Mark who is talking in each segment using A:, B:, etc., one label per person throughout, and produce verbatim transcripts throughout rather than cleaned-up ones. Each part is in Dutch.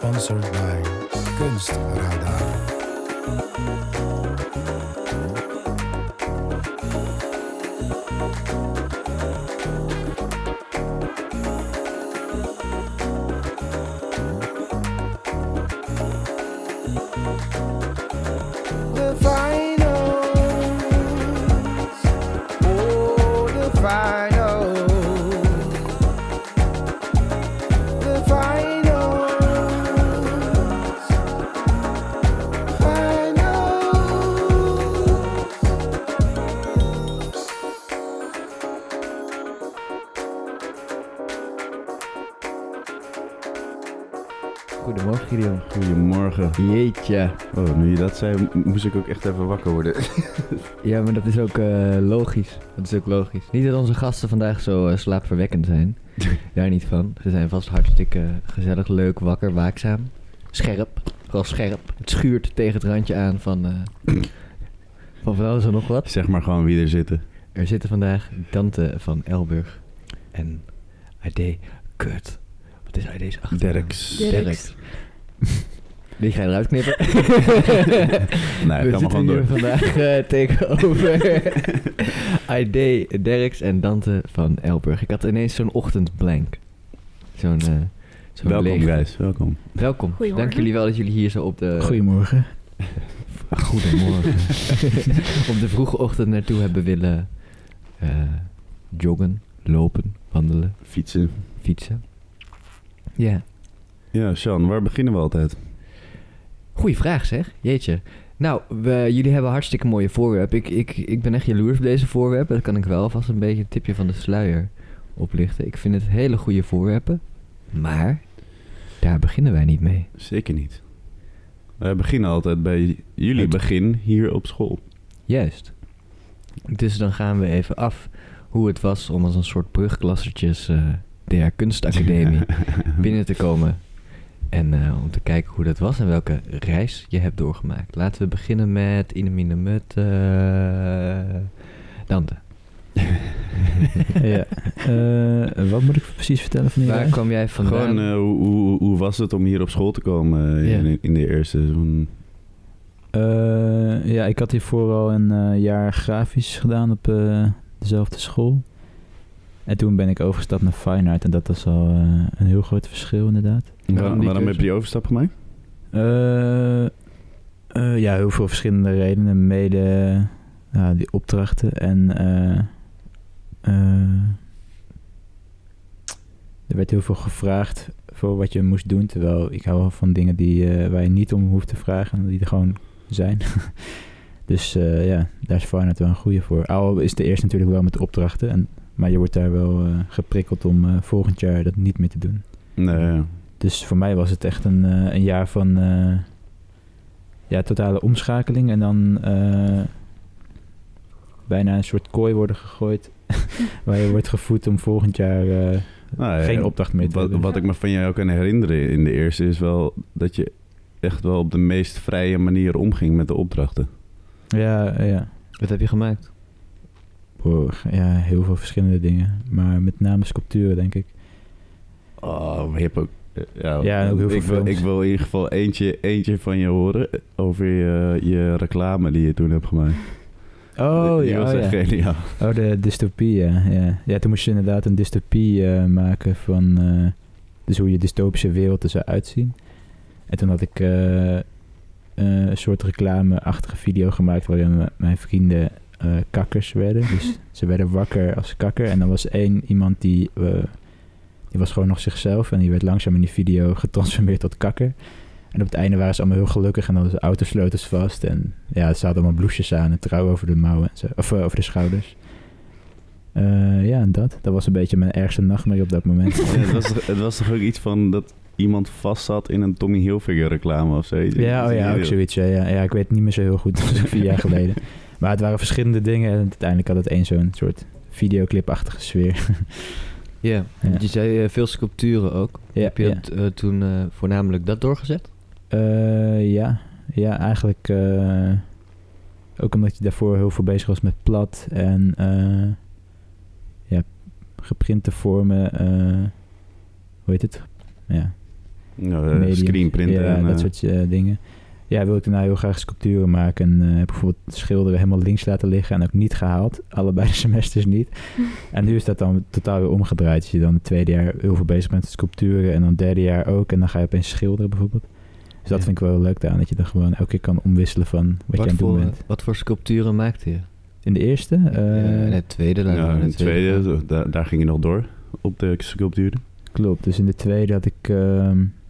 A: Sponsored by Kunstradar.
B: The finals, oh the finals, the finals, finals.
C: Goedemorgen, Gideon.
D: Goedemorgen.
C: Jeetje.
D: Oh, nu je dat zei, moest ik ook echt even wakker worden.
C: Ja, maar dat is ook uh, logisch. Dat is ook logisch. Niet dat onze gasten vandaag zo uh, slaapverwekkend zijn. Daar niet van. Ze zijn vast hartstikke gezellig, leuk, wakker, waakzaam. Scherp. Vooral scherp. Het schuurt tegen het randje aan van... Uh, van van alles en nog wat.
D: Zeg maar gewoon wie er zitten.
C: Er zitten vandaag Dante van Elburg. En Ade Kut. Wat is Ade's achternaam?
D: Derks.
C: Derks. Die ga je eruit knippen.
D: Nee,
C: We
D: kan maar
C: zitten
D: gewoon
C: hier
D: door.
C: vandaag uh, tegenover Ade Derks en Dante van Elburg. Ik had ineens zo'n ochtendblank. Zo'n, uh, zo'n
D: Welkom,
C: leegte.
D: guys. Welkom.
C: Welkom.
E: Goedemorgen.
C: Dank jullie wel dat jullie hier zo op de...
F: Goedemorgen.
C: Goedemorgen. Op de vroege ochtend naartoe hebben willen uh, joggen, lopen, wandelen,
D: Fietsen.
C: fietsen. Ja.
D: Ja, Sean, waar beginnen we altijd?
C: Goeie vraag zeg, jeetje. Nou, we, jullie hebben hartstikke mooie voorwerpen. Ik, ik, ik ben echt jaloers op deze voorwerpen. Dat kan ik wel vast een beetje een tipje van de sluier oplichten. Ik vind het hele goede voorwerpen. Maar daar beginnen wij niet mee.
D: Zeker niet. We beginnen altijd bij jullie
C: Het-
D: begin hier op school.
C: Juist. Dus dan gaan we even af hoe het was om als een soort brugklassertjes uh, der kunstacademie binnen te komen. En uh, om te kijken hoe dat was en welke reis je hebt doorgemaakt. Laten we beginnen met Inemine met uh, Dante.
F: Ja. Uh, wat moet ik precies vertellen van die
C: Waar
F: reis?
C: kwam jij vandaan?
D: Gewoon, uh, hoe, hoe, hoe was het om hier op school te komen uh,
C: Ja.
D: in, in de eerste seizoen?
F: Uh, ja, ik had hiervoor al een uh, jaar grafisch gedaan op uh, dezelfde school. En toen ben ik overgestapt naar Fine Art en dat was al uh, een heel groot verschil inderdaad.
D: Waar-
C: Waarom die
D: waarom
C: keuze?
D: heb je die overstap gemaakt?
F: Uh, uh, ja, heel veel verschillende redenen. Mede uh, die opdrachten en uh, uh, er werd heel veel gevraagd voor wat je moest doen. Terwijl ik hou wel van dingen die, uh, waar je niet om hoeft te vragen, die er gewoon zijn. Dus uh, ja, daar is Fine Art wel een goede voor. Al is de eerste natuurlijk wel met de opdrachten, en, maar je wordt daar wel uh, geprikkeld om uh, volgend jaar dat niet meer te doen.
D: Nee, ja.
F: Dus voor mij was het echt een, uh, een jaar van uh, ja, totale omschakeling. En dan uh, bijna een soort kooi worden gegooid. Waar je wordt gevoed om volgend jaar uh,
D: Nou, ja,
F: geen opdracht meer te
D: wat,
F: doen.
D: wat ik me van jou kan herinneren in de eerste is wel dat je echt wel op de meest vrije manier omging met de opdrachten.
F: Ja, ja.
C: Wat heb je gemaakt?
F: Wow, ja, heel veel verschillende dingen. Maar met name sculpturen, denk ik.
D: Oh, maar je hebt ook... Ja,
F: Ja, en ook heel veel
D: ik, wil,
F: films.
D: ik wil in ieder geval eentje, eentje van je horen over je, je reclame die je toen hebt gemaakt.
F: Oh
D: die
F: ja,
D: was
F: oh,
D: echt
F: ja.
D: geniaal.
F: Oh, de dystopie, ja. ja. Ja, toen moest je inderdaad een dystopie uh, maken van... Uh, dus hoe je dystopische wereld er zou uitzien. En toen had ik uh, uh, een soort reclame-achtige video gemaakt... waarin m- mijn vrienden uh, kakkers werden. Dus ze werden wakker als kakker. En dan was één iemand die... Uh, die was gewoon nog zichzelf. En die werd langzaam in die video getransformeerd tot kakker. En op het einde waren ze allemaal heel gelukkig. En hadden ze autosleutels vast. En ja, ze hadden allemaal blouses aan en trouw over de mouwen. En zo, of uh, over de schouders. Uh, ja, en dat. Dat was een beetje mijn ergste nachtmerrie op dat moment.
D: Ja, het, was toch, het was toch ook iets van dat iemand vast zat in een Tommy Hilfiger reclame of zo?
F: Ja, oh ja, ook zoiets. Ja, ja, ja, ik weet het niet meer zo heel goed. Dat was ook vier jaar geleden. Maar het waren verschillende dingen. En uiteindelijk had het één zo'n soort videoclipachtige sfeer.
C: Ja,
F: Ja.
C: je zei uh, veel sculpturen ook.
F: Ja,
C: heb je
F: ja.
C: het, uh, toen uh, voornamelijk dat doorgezet?
F: Uh, ja. ja, eigenlijk uh, ook omdat je daarvoor heel veel bezig was met plat en uh, ja, geprinte vormen. Uh, hoe heet het? Ja.
D: Nou, uh,
F: mediums.
D: screenprinten.
F: Ja,
D: en,
F: dat
D: uh,
F: soort uh, dingen. Ja, wil ik daarna heel graag sculpturen maken. En uh, heb bijvoorbeeld schilderen helemaal links laten liggen en ook niet gehaald. Allebei de semesters niet. En nu is dat dan totaal weer omgedraaid. Dus je dan het tweede jaar heel veel bezig bent met sculpturen en dan het derde jaar ook. En dan ga je opeens schilderen bijvoorbeeld. Dus dat
C: Ja.
F: vind ik wel leuk daaraan, dat je dan gewoon elke keer kan omwisselen van wat,
C: Wat
F: je aan het doen
C: voor,
F: bent.
C: wat voor sculpturen maakte je?
F: In de eerste? Uh,
C: Uh, in het tweede. laten we
D: ja,
C: naar
D: in
C: het
D: de tweede, zo, daar, daar ging je nog door op de sculpturen.
F: Klopt, dus in de tweede had ik... Uh,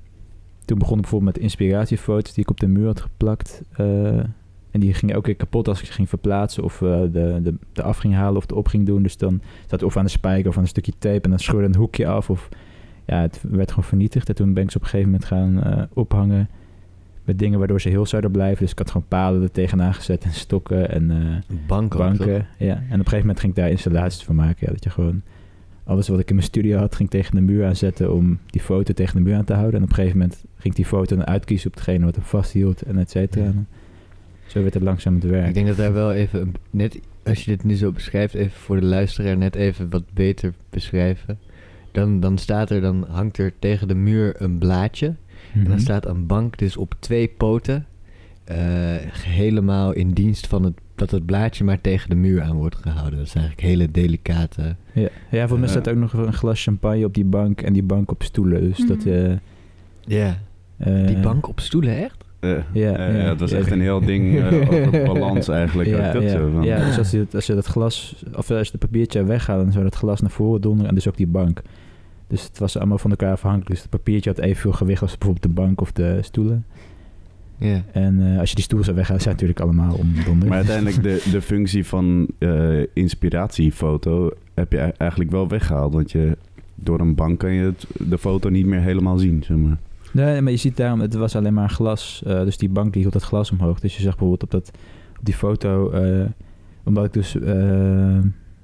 F: toen begon ik bijvoorbeeld met inspiratiefoto's die ik op de muur had geplakt. Uh, en die gingen elke keer kapot als ik ze ging verplaatsen of uh, de, de, de af ging halen of de op ging doen. Dus dan zat het of aan de spijker of aan een stukje tape en dan scheurde een hoekje af. Of ja, het werd gewoon vernietigd. En toen ben ik ze op een gegeven moment gaan uh, ophangen met dingen waardoor ze heel zouden blijven. Dus ik had gewoon palen er tegenaan gezet en stokken en uh,
C: Bank ook,
F: banken.
C: toch?
F: Ja. En op een gegeven moment ging ik daar installaties van maken. Ja, dat je gewoon alles wat ik in mijn studio had, ging ik tegen de muur aanzetten om die foto tegen de muur aan te houden. En op een gegeven moment ging ik die foto dan uitkiezen op hetgene wat hem vasthield en et cetera.
C: Ja.
F: En zo werd het langzaam het werk.
C: Ik denk dat daar wel even, een- net als je dit nu zo beschrijft, even voor de luisteraar net even wat beter beschrijven. Dan, dan staat er, dan hangt er tegen de muur een blaadje.
F: Mhm.
C: En dan staat een bank dus op twee poten. eh, helemaal in dienst van het, dat het blaadje maar tegen de muur aan wordt gehouden. Dat is eigenlijk hele delicate...
F: Ja, ja voor mij
D: Uh,
F: staat ook nog een glas champagne op die bank en die bank op stoelen. Dus
E: Mhm.
F: dat... eh,
C: Ja,
F: eh,
C: die bank op stoelen, echt?
D: Uh,
F: Ja,
D: ja,
F: ja.
D: ja, het was
F: Ja.
D: echt een heel ding uh, over balans eigenlijk.
F: Ja,
D: ook dat
F: ja.
D: zo van.
F: ja, dus als je, dat, als je dat glas, of als je het papiertje weghaalt, dan zou dat glas naar voren donderen en dus ook die bank. Dus het was allemaal van elkaar afhankelijk. Dus het papiertje had evenveel gewicht als bijvoorbeeld de bank of de stoelen.
C: Ja.
F: En uh, als je die stoel zou weghalen, zijn het natuurlijk allemaal omdonderd.
D: Maar uiteindelijk de, de functie van uh, inspiratiefoto heb je eigenlijk wel weggehaald. Want je, door een bank kan je het, de foto niet meer helemaal zien, zeg maar.
F: Nee, maar je ziet daarom, het was alleen maar glas. Uh, dus die bank die hield dat glas omhoog. Dus je zag bijvoorbeeld op, dat, op die foto, uh, omdat ik dus uh,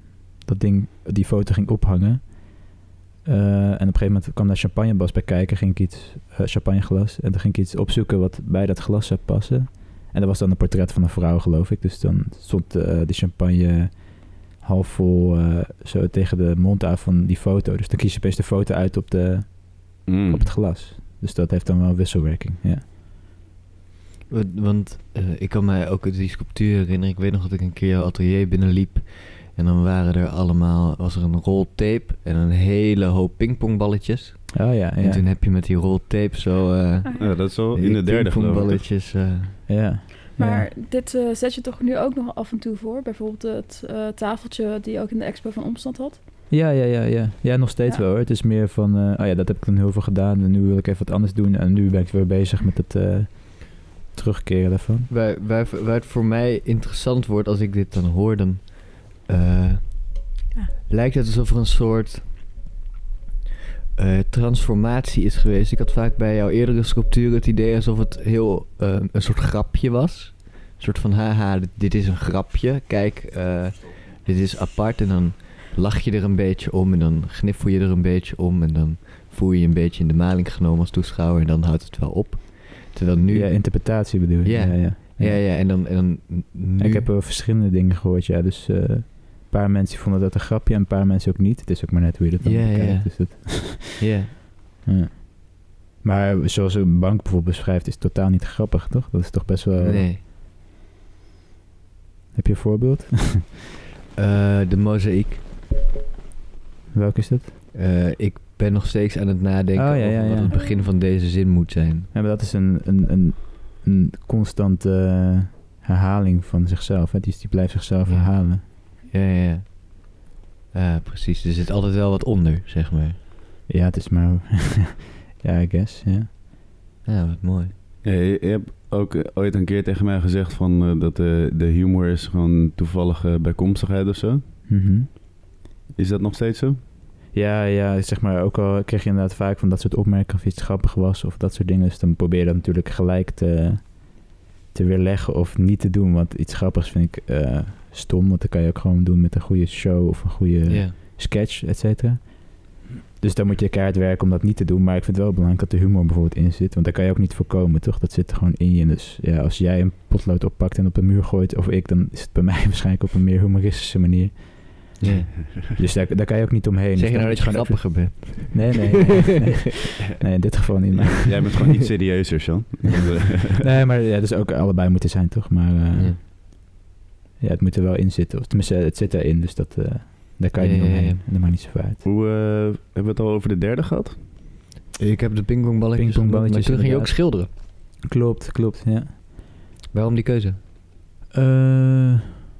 F: dat ding, die foto ging ophangen. Uh, en op een gegeven moment kwam daar champagnebas bij kijken, ging ik iets, uh, champagneglas. En toen ging ik iets opzoeken wat bij dat glas zou passen. En dat was dan een portret van een vrouw, geloof ik. Dus dan stond uh, die champagne half vol uh, zo tegen de mond aan van die foto. Dus dan kies je opeens de foto uit op, de,
D: Mm.
F: op het glas. Dus dat heeft dan wel wisselwerking, ja.
C: Want- Want eh, ik kan mij ook uit die sculptuur herinneren. Ik weet nog dat ik een keer jouw atelier binnenliep. En dan waren er allemaal, was er een rol tape en een hele hoop pingpongballetjes.
F: Oh ja, ja.
C: En toen heb je met die rol tape zo... eh
D: Ja, dat is wel
C: die
D: in de derde geloof ik.
C: pingpongballetjes... eh,
F: ja.
E: Maar dit uh, zet je toch nu ook nog af en toe voor? Bijvoorbeeld het uh, tafeltje die je ook in de expo van Omstand had?
F: Ja, ja, ja, ja. Ja, nog steeds
E: Ja.
F: wel hoor. Het is meer van, uh, oh ja, dat heb ik dan heel veel gedaan en nu wil ik even wat anders doen. En nu ben ik weer bezig met het uh, terugkeren daarvan.
C: waar, waar, waar het voor mij interessant wordt als ik dit dan hoor, dan uh,
E: Ja.
C: lijkt het alsof er een soort uh, transformatie is geweest. Ik had vaak bij jouw eerdere sculpturen het idee alsof het heel uh, een soort grapje was. Een soort van, haha, dit, dit is een grapje. Kijk, uh, dit is apart. En dan lach je er een beetje om en dan gniffel je er een beetje om. En dan voel je je een beetje in de maling genomen als toeschouwer en dan houdt het wel op. Terwijl nu...
F: Ja, interpretatie bedoel je.
C: Ja.
F: Ja, ja.
C: Ja, ja, en dan, en dan nu...
F: Ik heb wel verschillende dingen gehoord, ja. Dus uh, een paar mensen vonden dat een grapje en een paar mensen ook niet. Het is ook maar net hoe je dat dan
C: Ja, ja,
F: bekijkt.
C: ja.
F: Dus dat,
C: Ja.
F: ja. Maar zoals een bank bijvoorbeeld beschrijft, is het totaal niet grappig, toch? Dat is toch best wel...
C: Nee.
F: Heb je een voorbeeld?
C: Uh, de mozaïek.
F: Welk is dat?
C: Uh, ik ben nog steeds aan het nadenken
F: Oh, ja,
C: over
F: ja,
C: wat
F: ja.
C: het begin van deze zin moet zijn.
F: Ja, maar dat is een, een, een, een constante uh, herhaling van zichzelf. Hè? Die, die blijft zichzelf
C: Ja.
F: herhalen.
C: Ja, ja, ja. Ja, precies. Er zit altijd wel wat onder, zeg maar.
F: Ja, het is maar... ja, I guess, ja.
C: Ja, wat mooi.
D: Ja, je, je hebt ook uh, ooit een keer tegen mij gezegd van, uh, dat uh, de humor is gewoon toevallige bijkomstigheid of zo.
F: Mhm.
D: Is dat nog steeds zo?
F: Ja, ja, zeg maar, ook al kreeg je inderdaad vaak van dat soort opmerkingen of iets grappig was of dat soort dingen. Dus dan probeer je dat natuurlijk gelijk te, te weerleggen of niet te doen. Want iets grappigs vind ik uh, stom, want dat kan je ook gewoon doen met een goede show of een goede
C: Ja.
F: sketch, et cetera. Dus dan moet je keihard werken om dat niet te doen. Maar ik vind het wel belangrijk dat de humor bijvoorbeeld in zit. Want dat kan je ook niet voorkomen, toch? Dat zit er gewoon in je. Dus ja, als jij een potlood oppakt en op de muur gooit, of ik, dan is het bij mij waarschijnlijk op een meer humoristische manier.
C: Ja.
F: Dus daar, daar kan je ook niet omheen.
C: Zeg je
F: Dus
C: nou
F: dan
C: dat je
F: moet gewoon
C: grappiger bent?
F: even- Nee, nee, nee, nee. Nee, in dit geval niet. Maar,
D: Jij bent gewoon iets serieuzer, Sean.
F: nee, maar ja, dus ook allebei moeten zijn, toch? Maar uh,
C: Ja.
F: ja, het moet er wel in zitten. Of tenminste, het zit erin, dus dat, uh, daar kan je
C: Ja,
F: niet
C: ja, ja.
F: omheen. En dat maakt niet zoveel uit.
D: Hoe, uh, hebben we het al over de derde gehad?
C: Ik heb de pingpongballetjes.
F: Pingpongballetjes,
C: Maar toen ging je ook
F: inderdaad.
C: schilderen.
F: Klopt, klopt, ja.
C: Waarom die keuze?
F: Uh,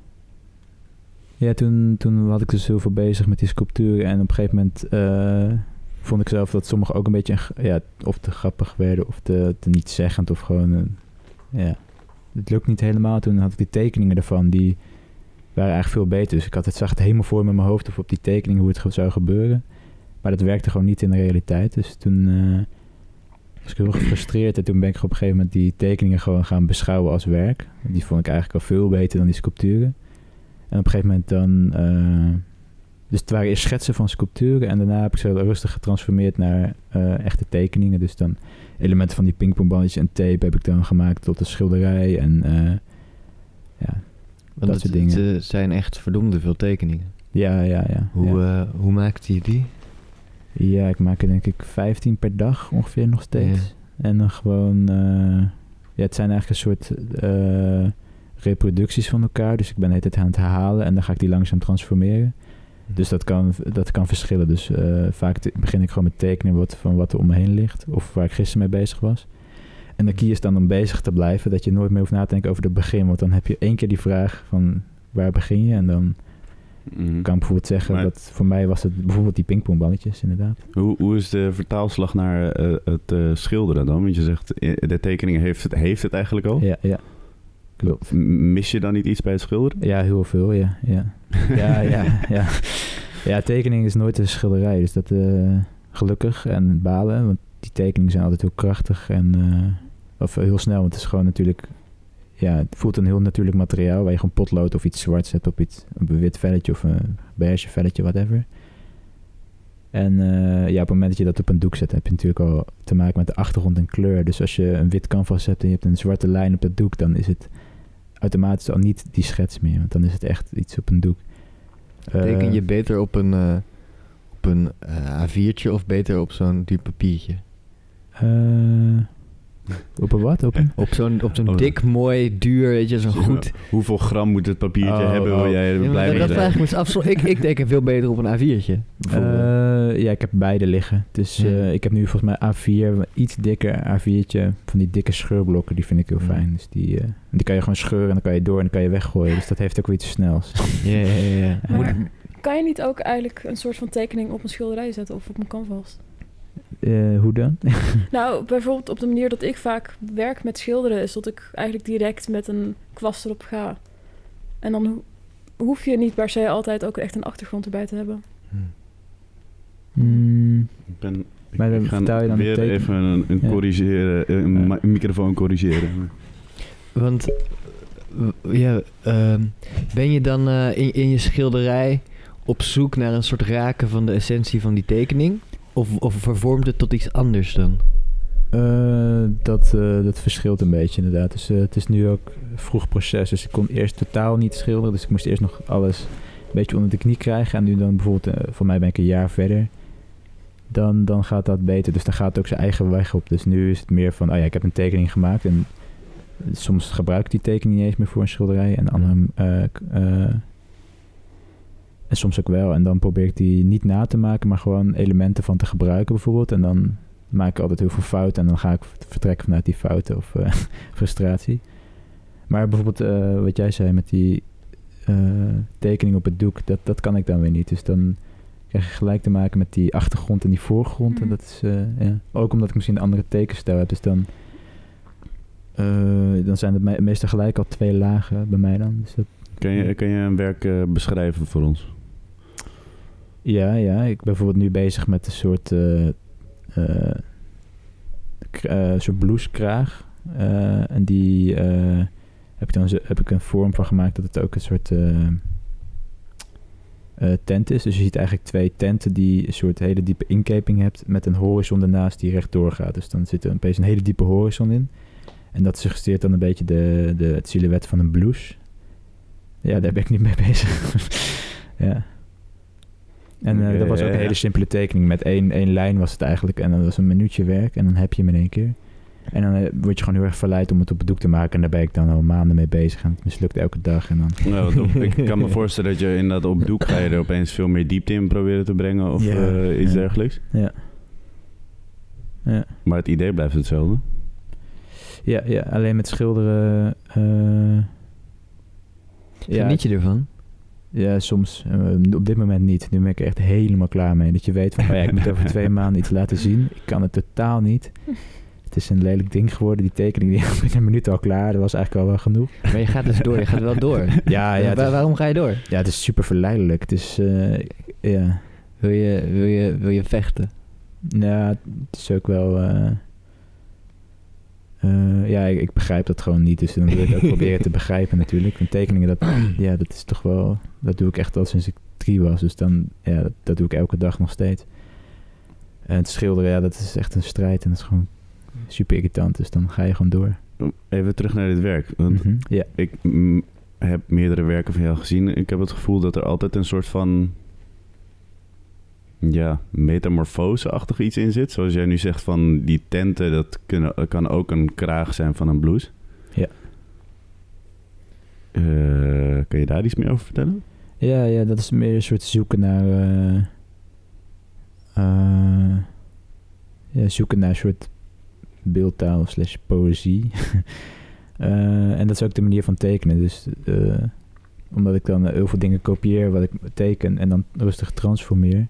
F: ja, toen, toen had ik dus heel veel bezig met die sculpturen. En op een gegeven moment uh, vond ik zelf dat sommige ook een beetje een, ja, of te grappig werden of te, te nietszeggend. Of gewoon, uh, ja, het lukt niet helemaal. Toen had ik die tekeningen ervan, die waren eigenlijk veel beter. Dus ik had het, zag het helemaal voor me in mijn hoofd of op die tekeningen hoe het ge- zou gebeuren. Maar dat werkte gewoon niet in de realiteit. Dus toen uh, was ik heel gefrustreerd. En toen ben ik op een gegeven moment die tekeningen gewoon gaan beschouwen als werk. Die vond ik eigenlijk al veel beter dan die sculpturen. En op een gegeven moment dan... Uh, dus het waren eerst schetsen van sculpturen. En daarna heb ik ze rustig getransformeerd naar uh, echte tekeningen. Dus dan elementen van die pingpongballetjes en tape heb ik dan gemaakt tot een schilderij. En uh, ja,
C: Want
F: dat soort
C: het,
F: dingen.
C: het zijn echt verdomde veel tekeningen.
F: Ja, ja, ja.
C: Hoe,
F: ja.
C: uh, hoe maakte je die?
F: Ja, ik maak er denk ik vijftien per dag ongeveer nog steeds. En dan gewoon... Uh, ja, het zijn eigenlijk een soort uh, reproducties van elkaar. Dus ik ben de hele tijd aan het herhalen en dan ga ik die langzaam transformeren. Dus dat kan, dat kan verschillen. Dus uh, vaak te, begin ik gewoon met tekenen wat, van wat er om me heen ligt. Of waar ik gisteren mee bezig was. En de key is dan om bezig te blijven. Dat je nooit meer hoeft na te denken over het begin. Want dan heb je één keer die vraag van waar begin je? En dan
D: Mm.
F: kan ik bijvoorbeeld zeggen
D: Maar-
F: dat voor mij was het bijvoorbeeld die pingpongballetjes inderdaad.
D: Hoe, hoe is de vertaalslag naar uh, het uh, schilderen dan? Want je zegt, uh, de tekening heeft het, heeft het eigenlijk al.
F: Ja, ja. Klopt.
D: M- Mis je dan niet iets bij het schilderen?
F: Ja, heel veel, ja. Ja, ja, ja. ja. ja tekening is nooit een schilderij. Dus dat uh, gelukkig en balen. Want die tekeningen zijn altijd heel krachtig en uh, of heel snel. Want het is gewoon natuurlijk... Ja, het voelt een heel natuurlijk materiaal waar je gewoon potlood of iets zwart zet op iets, op een wit velletje of een beige velletje, whatever. En uh, ja, op het moment dat je dat op een doek zet, heb je natuurlijk al te maken met de achtergrond en kleur. Dus als je een wit canvas hebt en je hebt een zwarte lijn op dat doek, dan is het automatisch al niet die schets meer. Want dan is het echt iets op een doek.
C: Teken
F: Uh,
C: je beter op een, uh, op een uh, A viertje of beter op zo'n duur papiertje?
F: Uh, op een wat? Op een?
C: Op zo'n, op zo'n
D: Oh,
C: dik, mooi, duur, weet je, zo'n goed...
D: Hoeveel gram moet het papiertje
F: Oh,
D: hebben? Wil
F: oh.
D: jij er
C: Ja, maar
D: blij
C: dat
D: mee
C: dat
D: zijn?
C: vraag ik me eens af. Zo- ik, ik denk veel beter op een A viertje. bijvoorbeeld.
F: Uh, ja, ik heb beide liggen. Dus
C: Ja.
F: uh, ik heb nu volgens mij A vier, iets dikker A viertje, van die dikke scheurblokken, die vind ik heel
C: Ja.
F: fijn. Dus die, uh, die kan je gewoon scheuren en dan kan je door en dan kan je weggooien. Dus dat heeft ook weer iets snels.
C: Ja, ja, ja, ja.
E: Maar
C: Moet-
E: kan je niet ook eigenlijk een soort van tekening op een schilderij zetten of op een canvas?
F: Uh, hoe dan?
E: Nou, bijvoorbeeld op de manier dat ik vaak werk met schilderen... is dat ik eigenlijk direct met een kwast erop ga. En dan ho- hoef je niet per se altijd ook echt een achtergrond erbij te hebben.
F: Mm,
D: Ik ben... Ik,
F: Maar dan
D: ik ga
F: vertaal je dan de
D: weer
F: teken-
D: even een, een
F: Ja.
D: corrigeren, een
F: Ja.
D: ma- microfoon corrigeren.
C: Want, w- ja, ehm, ben je dan uh, in, in je schilderij op zoek naar een soort raken van de essentie van die tekening? Of, of vervormt het tot iets anders dan?
F: uh, dat, uh, dat verschilt een beetje inderdaad. Dus uh, het is nu ook een vroeg proces. Dus ik kon eerst totaal niet schilderen. Dus ik moest eerst nog alles een beetje onder de knie krijgen. En nu dan bijvoorbeeld, uh, voor mij ben ik een jaar verder... Dan, dan gaat dat beter. Dus dan gaat het ook zijn eigen weg op. Dus nu is het meer van, oh ja, ik heb een tekening gemaakt. En soms gebruik ik die tekening niet eens meer voor een schilderij. En, andere, uh, uh, en soms ook wel. En dan probeer ik die niet na te maken, maar gewoon elementen van te gebruiken bijvoorbeeld. En dan maak ik altijd heel veel fouten. En dan ga ik vertrekken vanuit die fouten of uh, frustratie. Maar bijvoorbeeld uh, wat jij zei met die uh, tekening op het doek. Dat, dat kan ik dan weer niet. Dus dan... krijg je gelijk te maken met die achtergrond en die voorgrond.
E: Mhm.
F: En dat is, uh, ja. Ook omdat ik misschien een andere tekenstijl heb. Dus dan, uh, dan zijn het me- meestal gelijk al twee lagen bij mij dan. Dus dat,
D: Kan je, kan je een werk uh, beschrijven voor ons?
F: ja, ja. Ik ben bijvoorbeeld nu bezig met een soort, uh, uh, k- uh, soort blousekraag. Uh, en die uh, heb, ik dan zo, heb ik een vorm van gemaakt dat het ook een soort... Uh, Uh, tent is. Dus je ziet eigenlijk twee tenten die een soort hele diepe inkeping hebt met een horizon ernaast die rechtdoor gaat. Dus dan zit er opeens een hele diepe horizon in. En dat suggereert dan een beetje de, de, het silhouet van een blouse. Ja, daar ben ik niet mee bezig. ja. En uh,
D: Ja,
F: dat was ook
D: ja,
F: een
D: ja.
F: hele simpele tekening. Met één, één lijn was het eigenlijk. En dat was een minuutje werk. En dan heb je hem in één keer. En dan uh, word je gewoon heel erg verleid om het op het doek te maken. En daar ben ik dan al maanden mee bezig. En het mislukt elke dag. En dan...
D: Nou, want op- ik kan me voorstellen dat je inderdaad op doek ga je er opeens veel meer diepte in proberen te brengen of
F: Ja,
D: uh, iets
F: ja.
D: dergelijks.
F: Ja. Ja.
D: Maar het idee blijft hetzelfde.
F: Ja, ja, alleen met schilderen... Uh, ja,
C: Geniet je ervan?
F: ja, soms. Uh, op dit moment niet. Nu ben ik er echt helemaal klaar mee. Dat je weet van, oh ja, ik moet over twee maanden iets laten zien. Ik kan het totaal niet. Het is een lelijk ding geworden. Die tekening die binnen een minuut al klaar. Dat was eigenlijk al wel genoeg.
C: Maar je gaat dus door, je gaat wel door.
F: Ja, ja,
C: Wa-
F: het is,
C: waarom ga je door?
F: ja, het is super verleidelijk. Het is, uh, ja...
C: Wil je, wil je, wil je vechten?
F: Ja, het is ook wel... Uh, uh, ja, ik, ik begrijp dat gewoon niet. Dus dan wil ik ook proberen te begrijpen natuurlijk. Want tekeningen, dat, ja, dat is toch wel... Dat doe ik echt al sinds ik drie was. Dus dan, ja, dat, dat doe ik elke dag nog steeds. En het schilderen, ja, dat is echt een strijd. En dat is gewoon super irritant. Dus dan ga je gewoon door.
D: Even terug naar dit werk. Want
F: Mhm, ja.
D: ik mm, heb meerdere werken van jou gezien. Ik heb het gevoel dat er altijd een soort van... ja, metamorfose-achtig iets in zit. Zoals jij nu zegt van die tenten, dat kunnen, kan ook een kraag zijn van een blouse.
F: Ja.
D: Uh, kan je daar iets meer over vertellen?
F: Ja, ja, dat is meer een soort zoeken naar... Uh, uh, ja, zoeken naar een soort beeldtaal slash poëzie. uh, en dat is ook de manier van tekenen. Dus uh, omdat ik dan heel veel dingen kopieer wat ik teken en dan rustig transformeer...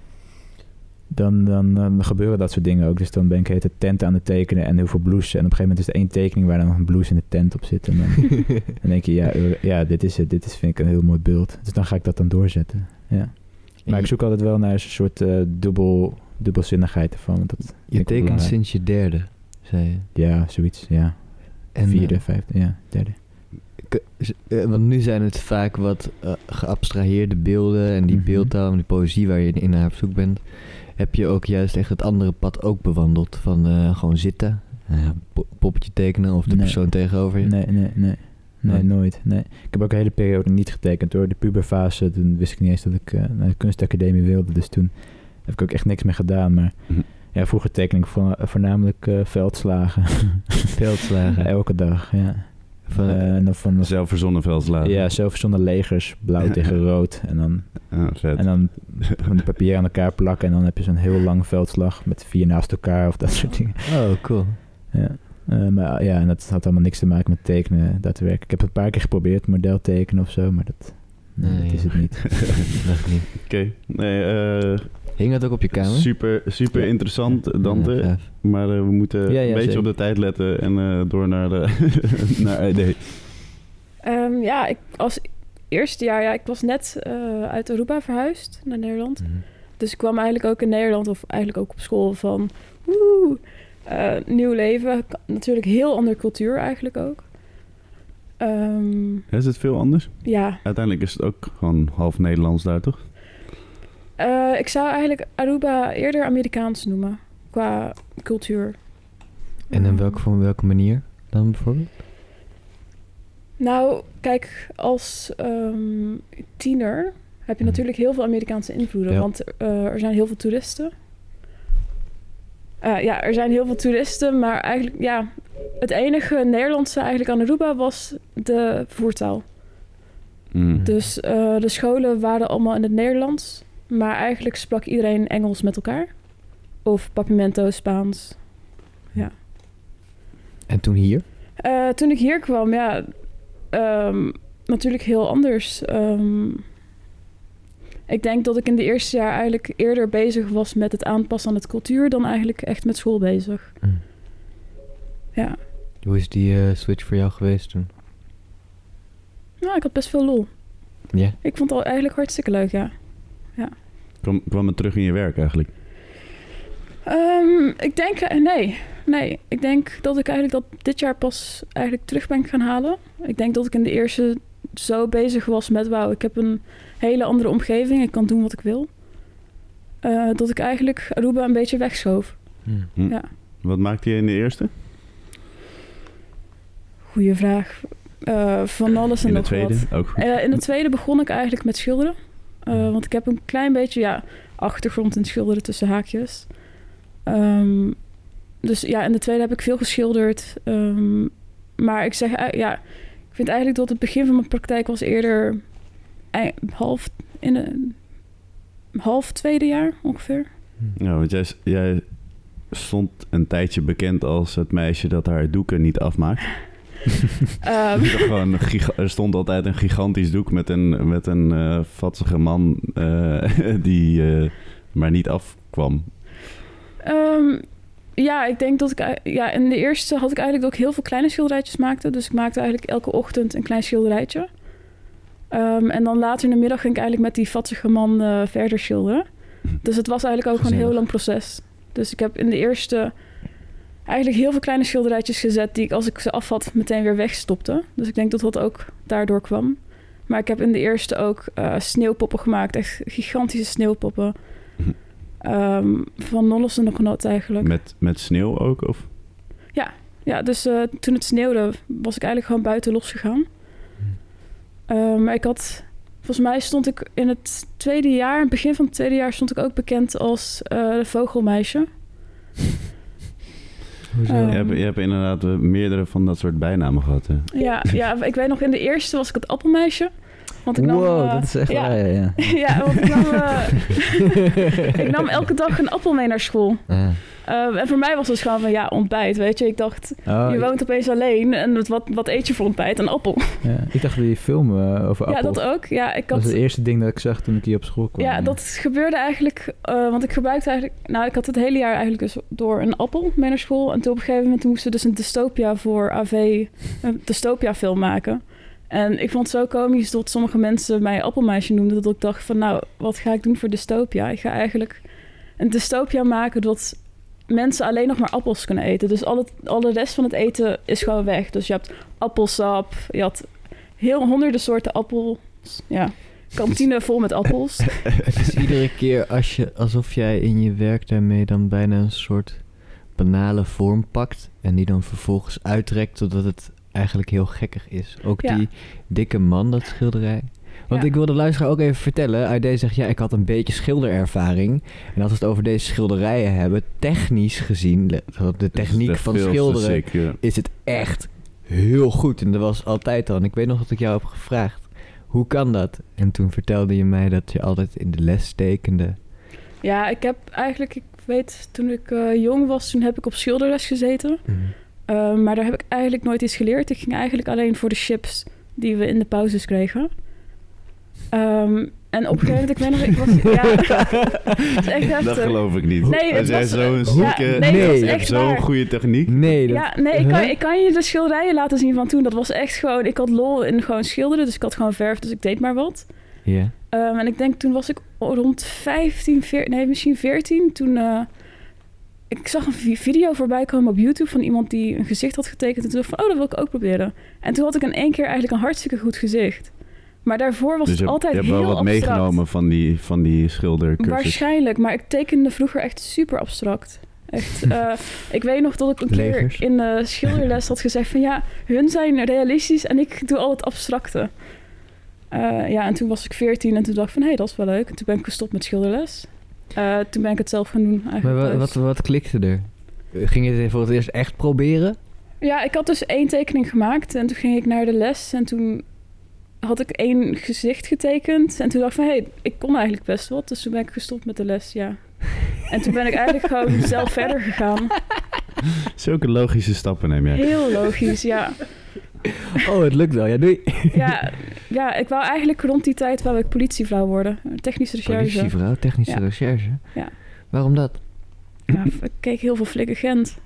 F: Dan, dan, dan gebeuren dat soort dingen ook. Dus dan ben ik het tent aan het tekenen en heel veel blouses. En op een gegeven moment is er één tekening waar dan nog een blouse in de tent op zit. En dan, dan denk je, ja, ja, dit is het. Dit is, vind ik een heel mooi beeld. Dus dan ga ik dat dan doorzetten. Ja. Maar ik zoek altijd wel naar een soort uh, dubbel, dubbelzinnigheid ervan. Want dat
C: Je
F: vind ik
C: tekent
F: belangrijk.
C: sinds je derde, zei je.
F: Ja, zoiets. Ja.
C: En,
F: Vierde,
C: eh,
F: vijfde, ja, derde.
C: k- z- eh, want nu zijn het vaak wat uh, geabstraheerde beelden en die
F: Mhm.
C: beeldtaal en die poëzie waar je in naar op zoek bent. Heb je ook juist echt het andere pad ook bewandeld? Van uh, gewoon zitten, uh, po- poppetje tekenen of de
F: Nee.
C: persoon tegenover je?
F: Nee, nee, nee. Nee,
C: Nee.
F: nooit. Nee. Ik heb ook een hele periode niet getekend hoor. De puberfase, toen wist ik niet eens dat ik uh, naar de kunstacademie wilde. Dus toen heb ik ook echt niks meer gedaan. Maar
D: Mhm.
F: ja, vroeger teken ik vo- voornamelijk uh, veldslagen.
C: Veldslagen.
F: Elke dag, ja.
C: Van,
F: Uh, en dan van,
D: Zelfverzonnen veldslagen.
F: ja, zelfverzonnen legers, blauw tegen rood. En dan,
D: Ah, vet.
F: en dan van die papier aan elkaar plakken. En dan heb je zo'n heel lang veldslag met vier naast elkaar of dat soort dingen.
C: oh, cool.
F: Ja. Uh, maar ja, en dat had allemaal niks te maken met tekenen, daadwerkelijk. Ik heb het een paar keer geprobeerd, model tekenen of zo, maar dat, nee,
C: Nee,
F: dat is
C: ja.
F: het niet.
C: Dacht niet.
D: Oké. Nee, eh,
C: Hing dat ook op je kamer?
D: super, super
F: Ja.
D: interessant, Dante.
C: Ja, gaaf.
D: Maar uh, we moeten
F: Ja, ja,
D: een beetje
F: zeker.
D: op de tijd letten en uh, door naar de naar I D.
E: Um, ja, ik als eerste jaar, ja, ik was net uh, uit Aruba verhuisd naar Nederland.
C: Mhm.
E: Dus ik kwam eigenlijk ook in Nederland, of eigenlijk ook op school van... Woe, uh, nieuw leven. K- Natuurlijk heel andere cultuur eigenlijk ook. Um,
D: Is het veel anders?
E: ja,
D: Uiteindelijk is het ook gewoon half Nederlands daar, toch?
E: uh, ik zou eigenlijk Aruba eerder Amerikaans noemen. Qua cultuur.
C: En in
E: Um,
C: welke, voor welke manier dan bijvoorbeeld?
E: Nou, kijk, als um, tiener heb je
C: Mhm.
E: natuurlijk heel veel Amerikaanse invloeden.
C: Ja.
E: Want uh, er zijn heel veel toeristen. Uh, ja, er zijn heel veel toeristen, maar eigenlijk, ja, het enige Nederlandse eigenlijk aan Aruba was de voertaal.
D: Mm.
E: Dus uh, de scholen waren allemaal in het Nederlands, maar eigenlijk sprak iedereen Engels met elkaar. Of Papiamento, Spaans.
C: En toen hier?
E: Uh, toen ik hier kwam, ja, um, natuurlijk heel anders. Um, ik denk dat ik in de eerste jaar eigenlijk eerder bezig was met het aanpassen aan het cultuur dan eigenlijk echt met school bezig.
C: Mm.
E: Ja.
C: Hoe is die uh, switch voor jou geweest toen?
E: Nou, ik had best veel lol.
C: Ja?
E: Ik vond het al eigenlijk hartstikke leuk, ja.
D: Kwam, kwam het terug in je werk eigenlijk?
E: Um, ik denk, eh, nee. Nee, ik denk dat ik eigenlijk dat dit jaar pas eigenlijk terug ben gaan halen. Ik denk dat ik in de eerste zo bezig was met, wauw, ik heb een hele andere omgeving. Ik kan doen wat ik wil. Uh, dat ik eigenlijk Aruba een beetje wegschoof.
C: Mm.
D: Hm.
E: Ja.
D: Wat maakte je in de eerste?
E: Goeie vraag. Uh, van alles en
D: In de
E: nog
D: tweede?
E: wat.
D: Ook goed.
E: Uh, in de tweede begon ik eigenlijk met schilderen. Uh, want ik heb een klein beetje ja, achtergrond in schilderen tussen haakjes. Um, dus ja, in de tweede heb ik veel geschilderd. Um, maar ik zeg, uh, ja, ik vind eigenlijk dat het begin van mijn praktijk was eerder ei, half in een half tweede jaar ongeveer.
D: Ja, want jij, jij stond een tijdje bekend als het meisje dat haar doeken niet afmaakt. Um. Gewoon een giga- er stond altijd een gigantisch doek met een, met een uh, vatsige man uh, die uh, maar niet afkwam.
E: Um, ja, ik denk dat ik... Ja, in de eerste had ik eigenlijk dat ik heel veel kleine schilderijtjes maakte. Dus ik maakte eigenlijk elke ochtend een klein schilderijtje. Um, en dan later in de middag ging ik eigenlijk met die vatsige man uh, verder schilderen. Dus het was eigenlijk ook gewoon een heel lang proces. Dus ik heb in de eerste eigenlijk heel veel kleine schilderijtjes gezet die ik als ik ze af had meteen weer wegstopte. Dus ik denk dat dat ook daardoor kwam. Maar ik heb in de eerste ook uh, sneeuwpoppen gemaakt. Echt gigantische sneeuwpoppen. Um, van Nolles en de Genot eigenlijk.
D: Met, met sneeuw ook? Of?
E: Ja, ja, dus uh, toen het sneeuwde was ik eigenlijk gewoon buiten losgegaan. Uh, maar ik had... Volgens mij stond ik in het tweede jaar... In het begin van het tweede jaar stond ik ook bekend als uh, de vogelmeisje.
D: Hoezo? Um, je, hebt, je hebt inderdaad meerdere van dat soort bijnamen gehad, hè?
E: Ja, ja, ik weet nog, in de eerste was ik het appelmeisje. Want ik nam,
F: wow,
E: uh,
F: dat is echt
E: ja,
F: waar, ja. Ja,
E: ja want ik nam, uh, ik nam elke dag een appel mee naar school.
F: Ah.
E: Uh, en voor mij was het gewoon van, ja, ontbijt, weet je. Ik dacht,
F: oh,
E: je woont opeens alleen en wat, wat eet je voor ontbijt? Een appel.
F: Ja, ik dacht die film uh, over appels.
E: Ja, dat ook. Ja, ik had,
F: dat was het eerste ding dat ik zag toen ik hier op school kwam.
E: Ja,
F: ja.
E: dat gebeurde eigenlijk... Uh, want ik gebruikte eigenlijk... Nou, ik had het hele jaar eigenlijk dus door een appel mee naar school. En toen op een gegeven moment moesten we dus een dystopia voor A V... een dystopia film maken. En ik vond het zo komisch dat sommige mensen mij appelmeisje noemden... dat ik dacht van, nou, wat ga ik doen voor dystopia? Ik ga eigenlijk een dystopia maken dat mensen alleen nog maar appels kunnen eten. Dus alle, alle rest van het eten is gewoon weg. Dus je hebt appelsap, je had heel honderden soorten appels. Ja, kantine vol met appels.
C: Het is iedere keer als je, alsof jij in je werk daarmee dan bijna een soort banale vorm pakt... en die dan vervolgens uitrekt totdat het eigenlijk heel gekkig is. Ook
E: ja.
C: die dikke man, dat schilderij. Want
E: ja.
C: ik wil de luisteraar ook even vertellen. Aidee zegt, ja, ik had een beetje schilderervaring. En als we het over deze schilderijen hebben, technisch gezien, de techniek van schilderen,
D: sick, ja.
C: is het echt heel goed. En dat was altijd al. En ik weet nog dat ik jou heb gevraagd, hoe kan dat? En toen vertelde je mij dat je altijd in de les tekende.
E: Ja, ik heb eigenlijk, ik weet, toen ik uh, jong was, toen heb ik op schilderles gezeten. Mm. Uh, maar daar heb ik eigenlijk nooit iets geleerd. Ik ging eigenlijk alleen voor de chips die we in de pauzes kregen. Um, en op een gegeven moment, ik weet nog, ik was... Ja, het is echt heftig.
D: Dat geloof ik niet.
E: Nee, het
D: was zo'n zieke...
E: Ja, nee,
C: nee,
E: was
D: je
E: echt
D: hebt zo'n goede techniek.
C: Nee, dat...
E: Ja, nee, ik kan, ik kan je de schilderijen laten zien van toen. Dat was echt gewoon... Ik had lol in gewoon schilderen, dus ik had gewoon verf, dus ik deed maar wat.
C: Ja.
E: Yeah. Um, en ik denk, toen was ik rond vijftien, veertien, nee, misschien veertien. Toen... Uh, ik zag een video voorbij komen op YouTube van iemand die een gezicht had getekend. En toen dacht ik van, oh, dat wil ik ook proberen. En toen had ik in één keer eigenlijk een hartstikke goed gezicht. Maar daarvoor was
D: dus
E: het altijd heel abstract.
D: Je hebt wel wat meegenomen van die, van die schildercursus.
E: Waarschijnlijk, maar ik tekende vroeger echt super abstract. Echt, uh, ik weet nog dat ik een
C: Legers.
E: keer in de schilderles had gezegd van... ja, hun zijn realistisch en ik doe al het abstracte. Uh, ja, en toen was ik veertien en toen dacht ik van... hé, hey, dat is wel leuk. En toen ben ik gestopt met schilderles. Uh, toen ben ik het zelf gaan doen eigenlijk.
C: Maar wat, wat, wat klikte er? Ging je het voor het eerst echt proberen?
E: Ja, ik had dus één tekening gemaakt en toen ging ik naar de les en toen had ik één gezicht getekend en toen dacht ik van, hé, hey, ik kon eigenlijk best wat, dus toen ben ik gestopt met de les, ja. En toen ben ik eigenlijk gewoon zelf verder gegaan.
D: Zulke logische stappen neem jij.
E: Heel logisch, ja.
C: Oh, het lukt wel, ja, doei.
E: Ja, ja, ik wou eigenlijk rond die tijd wou ik politievrouw worden, technische recherche.
C: Politievrouw, technische
E: ja.
C: recherche?
E: Ja.
C: Waarom dat?
E: Ja, ik keek heel veel Flikken Gent.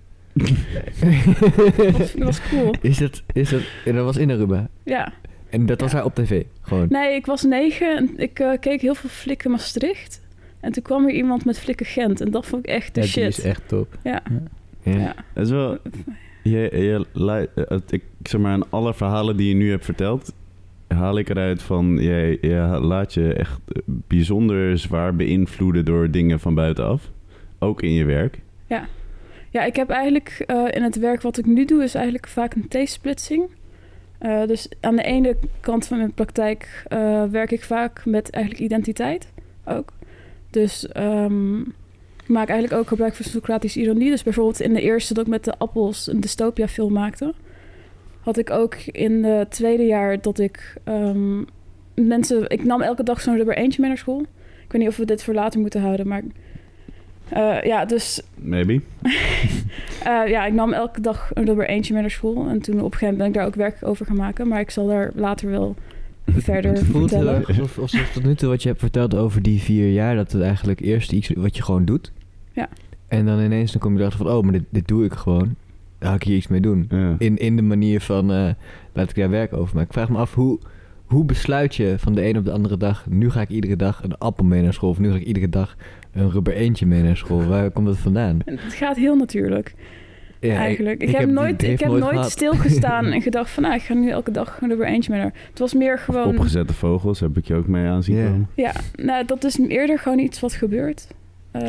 E: dat was cool.
C: Is dat, is dat, en dat was in Aruba?
E: Ja.
C: En dat was
E: ja.
C: haar op tv, gewoon?
E: Nee, ik was negen en ik uh, keek heel veel Flikken Maastricht. En toen kwam er iemand met Flikken Gent en dat vond ik echt de
F: ja,
E: shit.
F: Die is echt top.
E: Ja.
C: Ja.
E: ja.
D: Dat is wel... Je, je, je, ik zeg maar, in alle verhalen die je nu hebt verteld, haal ik eruit van, je, je laat je echt bijzonder zwaar beïnvloeden door dingen van buitenaf. Ook in je werk.
E: Ja, ja ik heb eigenlijk uh, in het werk wat ik nu doe, is eigenlijk vaak een T-splitsing. Uh, dus aan de ene kant van mijn praktijk uh, werk ik vaak met eigenlijk identiteit ook. Dus um, ik maak eigenlijk ook gebruik van Socratische ironie. Dus bijvoorbeeld in de eerste dat ik met de appels een dystopia film maakte, had ik ook in het tweede jaar dat ik um, mensen... Ik nam elke dag zo'n rubber eendje mee naar school. Ik weet niet of we dit voor later moeten houden, maar... Uh, ja, dus...
D: Maybe.
E: uh, ja, ik nam elke dag een rubber eendje mee naar school. En toen op een gegeven moment ben ik daar ook werk over gaan maken. Maar ik zal daar later wel verder
C: het voelt
E: vertellen.
C: heel erg alsof, alsof tot nu toe wat je hebt verteld over die vier jaar... dat het eigenlijk eerst iets wat je gewoon doet.
E: Ja.
C: En dan ineens dan kom je erachter van... oh, maar dit, dit doe ik gewoon. Daar ga ik hier iets mee doen.
D: Ja.
C: In, in de manier van... Uh, laat ik daar werk over maken. Ik vraag me af, hoe, hoe besluit je van de een op de andere dag... nu ga ik iedere dag een appel mee naar school... of nu ga ik iedere dag een rubber eendje mee naar school. Waar komt dat vandaan?
E: Het gaat heel natuurlijk. Ja, eigenlijk. Ik, ik heb, heb nooit, ik heb
C: nooit,
E: nooit stilgestaan en gedacht van... nou, ik ga nu elke dag een rubber eendje mee naar... Het was meer gewoon...
D: Of opgezette vogels, heb ik je ook mee aan zien
C: yeah.
D: komen.
E: Ja, nou, dat is eerder gewoon iets wat gebeurt. Uh,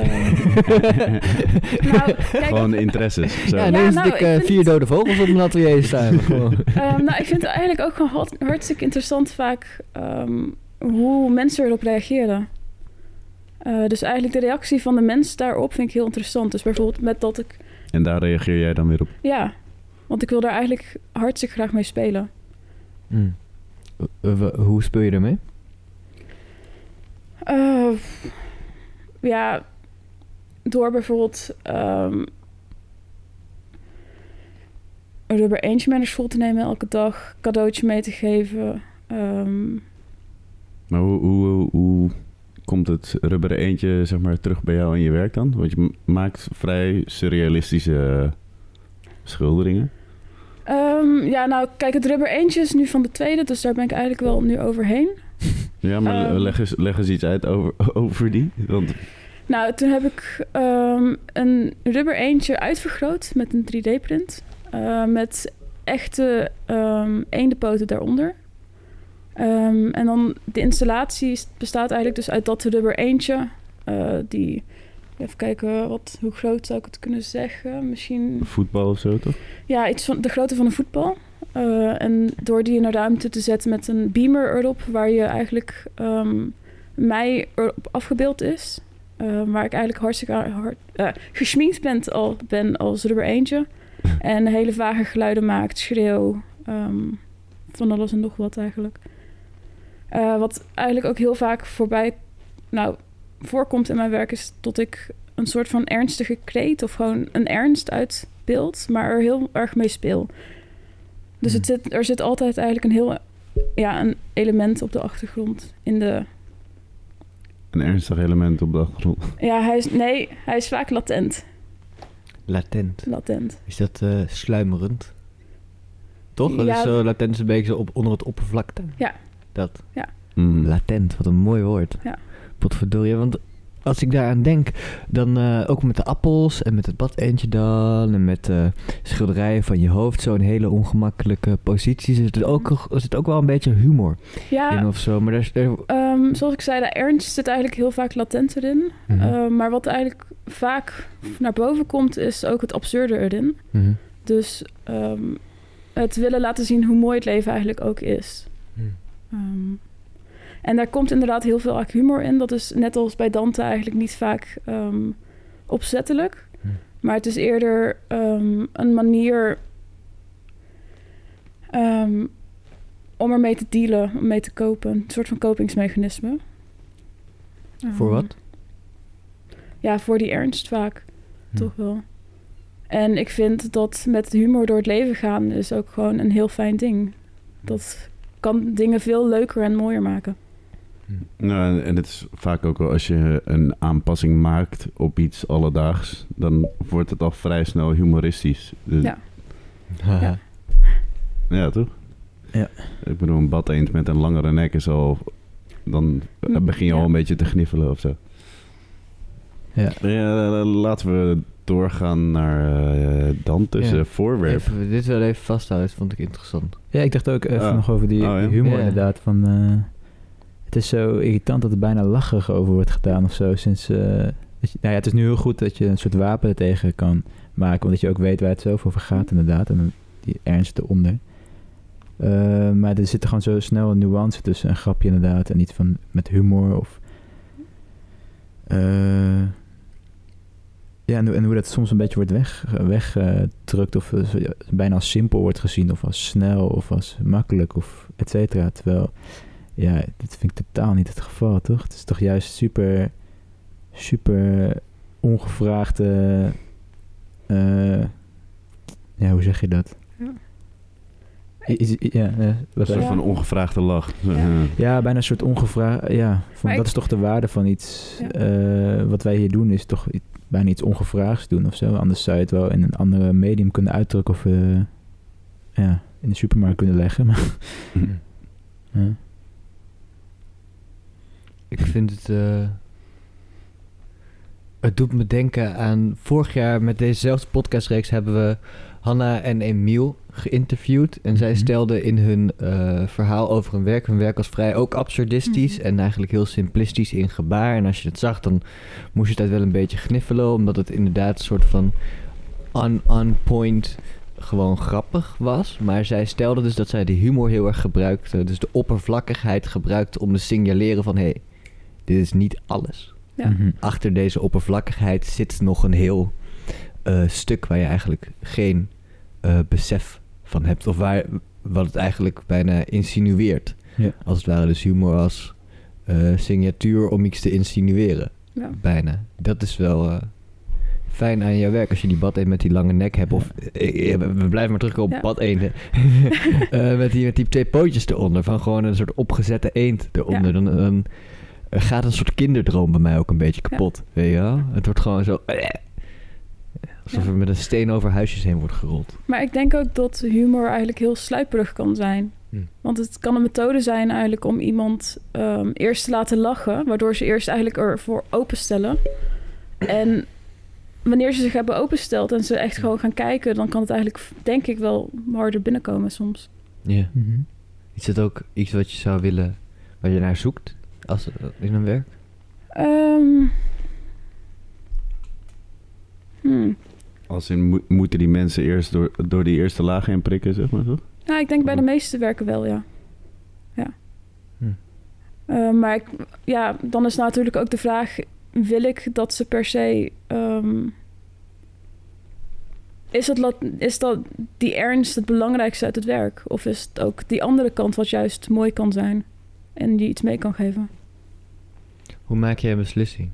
E: nou, kijk,
D: gewoon interesses. Zo.
C: Ja, nu
E: ja,
C: is
E: nou,
C: ik uh,
E: vind...
C: vier dode vogels op mijn atelier staan.
E: um, nou, ik vind het eigenlijk ook gewoon hart, hartstikke interessant vaak... Um, hoe mensen erop reageren. Uh, dus eigenlijk de reactie van de mens daarop vind ik heel interessant. Dus bijvoorbeeld met dat ik...
D: En daar reageer jij dan weer op?
E: Ja, want ik wil daar eigenlijk hartstikke graag mee spelen.
C: Hmm. Uh, hoe speel je ermee?
E: Uh, ja, door bijvoorbeeld um, een rubber eendje mee naar school te nemen elke dag, cadeautje mee te geven. Um,
D: maar hoe, hoe, hoe komt het rubberen eendje zeg maar terug bij jou in je werk dan? Want je maakt vrij surrealistische schilderingen.
E: Um, ja, nou kijk, het rubber eendje is nu van de tweede, dus daar ben ik eigenlijk wel nu overheen.
D: Ja, maar um, leg, eens, leg eens iets uit over, over die. Want...
E: Nou, toen heb ik um, een rubber eendje uitvergroot met een drie D print. Uh, met echte um, eendenpoten daaronder. Um, en dan de installatie bestaat eigenlijk dus uit dat rubber eendje. Uh, die, even kijken, wat, hoe groot zou ik het kunnen zeggen? Misschien...
D: Voetbal of zo, toch?
E: Ja, iets van de grootte van een voetbal. Uh, en door die in een ruimte te zetten met een beamer erop... waar je eigenlijk um, mij erop afgebeeld is. Uh, waar ik eigenlijk hartstikke hard, uh, geschminkt ben, al, ben als rubber eendje. En hele vage geluiden maakt, schreeuw. Um, van alles en nog wat eigenlijk. Uh, wat eigenlijk ook heel vaak voorbij nou, voorkomt in mijn werk... is dat ik een soort van ernstige kreet... of gewoon een ernst uitbeeld... maar er heel erg mee speel. Dus het zit, er zit altijd eigenlijk een heel ja, een element op de achtergrond. In de...
D: Een ernstig element op de achtergrond?
E: Ja, hij is, nee, hij is vaak latent.
C: Latent?
E: Latent.
C: Is dat uh, sluimerend? Toch? Dat
E: ja,
C: is zo latent is een beetje zo op, onder het oppervlakte?
E: Ja.
C: Dat?
E: Ja.
C: Mm. Latent, wat een mooi woord.
E: Ja.
C: Potverdorie, want als ik daaraan denk, dan uh, ook met de appels en met het bad eendje dan... en met uh, schilderijen van je hoofd, zo'n hele ongemakkelijke positie... zit er ook, er zit ook wel een beetje humor
E: ja,
C: in of zo. Maar daar is, er...
E: um, zoals ik zei, de ernst zit eigenlijk heel vaak latent erin. Mm-hmm. Uh, maar wat eigenlijk vaak naar boven komt, is ook het absurde erin.
C: Mm-hmm.
E: Dus um, het willen laten zien hoe mooi het leven eigenlijk ook is. Mm. Um, En daar komt inderdaad heel veel humor in. Dat is net als bij Dante eigenlijk niet vaak um, opzettelijk. Hm. Maar het is eerder um, een manier um, om ermee te dealen, om mee te kopen. Een soort van kopingsmechanisme.
C: Voor um, wat?
E: Ja, voor die ernst vaak. Hm. Toch wel. En ik vind dat met humor door het leven gaan is ook gewoon een heel fijn ding. Dat kan dingen veel leuker en mooier maken.
D: Nou, en het is vaak ook wel als je een aanpassing maakt op iets alledaags, dan wordt het al vrij snel humoristisch. Dus
E: ja.
D: ja. Ja, toch?
F: Ja.
D: Ik bedoel, een bad eend met een langere nek is al... Dan begin je ja. al een beetje te gniffelen of zo.
F: Ja.
D: Ja, laten we doorgaan naar uh, Dante's ja. voorwerp.
C: Even, dit wel even vasthouden, vond ik interessant.
F: Ja, ik dacht ook even
D: ah.
F: nog over die
D: oh, ja.
F: humor
C: ja.
F: inderdaad. Van, uh, het is zo irritant dat er bijna lacherig over wordt gedaan of zo. Sinds, uh, dat je, nou ja, het is nu heel goed dat je een soort wapen er tegen kan maken. Omdat je ook weet waar het zo over gaat inderdaad. En die ernst eronder. Uh, maar er zit er gewoon zo snel een nuance tussen. Een grapje inderdaad. En niet van met humor of... Uh, ja, en, en hoe dat soms een beetje wordt weggedrukt. Weg, uh, of uh, bijna als simpel wordt gezien. Of als snel of als makkelijk of et cetera. Terwijl, ja, dit vind ik totaal niet het geval, toch? Het is toch juist super... super ongevraagde... Uh, ja, hoe zeg je dat?
E: Ja.
F: Is, ja, ja, wat
D: een soort
E: Ja.
D: van ongevraagde lach.
E: Ja.
F: ja, bijna een soort ongevraagd... Ja, van, dat
E: ik,
F: is toch de waarde van iets...
E: Ja.
F: Uh, wat wij hier doen is toch i- bijna iets ongevraagds doen of zo. Anders zou je het wel in een andere medium kunnen uitdrukken of uh, ja, in de supermarkt kunnen leggen. Maar, ja.
C: Ik vind het... Uh, het doet me denken aan... Vorig jaar met dezezelfde podcastreeks hebben we Hanna en Emiel geïnterviewd. En zij
F: Mhm.
C: stelden in hun uh, verhaal over hun werk... Hun werk was vrij ook absurdistisch
E: Mhm.
C: en eigenlijk heel simplistisch in gebaar. En als je het zag, dan moest je het wel een beetje gniffelen... omdat het inderdaad een soort van on, on point gewoon grappig was. Maar zij stelde dus dat zij de humor heel erg gebruikte. Dus de oppervlakkigheid gebruikte om te signaleren van... hé, hey, dit is niet alles.
E: Ja.
F: Mhm.
C: Achter deze oppervlakkigheid zit nog een heel uh, stuk waar je eigenlijk geen uh, besef van hebt. Of waar, wat het eigenlijk bijna insinueert.
F: Ja.
C: Als het ware dus humor als uh, signatuur om iets te insinueren.
E: Ja.
C: Bijna. Dat is wel uh, fijn aan jouw werk als je die badeend met die lange nek hebt. Of uh, we we blijven maar terug op
E: Ja.
C: badeenden. uh, met, die, met die twee pootjes eronder. Van gewoon een soort opgezette eend eronder.
E: Ja.
C: Dan... dan Er gaat een soort kinderdroom bij mij ook een beetje kapot, ja. Weet je wel? Het wordt gewoon zo... Alsof
E: Ja.
C: er met een steen over huisjes heen wordt gerold.
E: Maar ik denk ook dat humor eigenlijk heel sluiperig kan zijn.
C: Hm.
E: Want het kan een methode zijn eigenlijk om iemand um, eerst te laten lachen... waardoor ze eerst eigenlijk ervoor openstellen. En wanneer ze zich hebben opengesteld en ze echt gewoon gaan kijken... dan kan het eigenlijk, denk ik, wel harder binnenkomen soms.
C: Ja.
F: Mhm.
C: Is dat ook iets wat je zou willen... waar je naar zoekt als in een werk?
E: Um, hmm.
D: Als in mo- moeten die mensen eerst door, door die eerste laag heen prikken, zeg maar, toch?
E: Nou, ik denk bij de meeste werken wel, ja. Ja.
C: Hm.
E: Uh, maar ik, ja, dan is natuurlijk ook de vraag... wil ik dat ze per se... Um, is, het lat, is dat die ernst het belangrijkste uit het werk? Of is het ook die andere kant wat juist mooi kan zijn... en die iets mee kan geven?
C: Hoe maak jij een beslissing?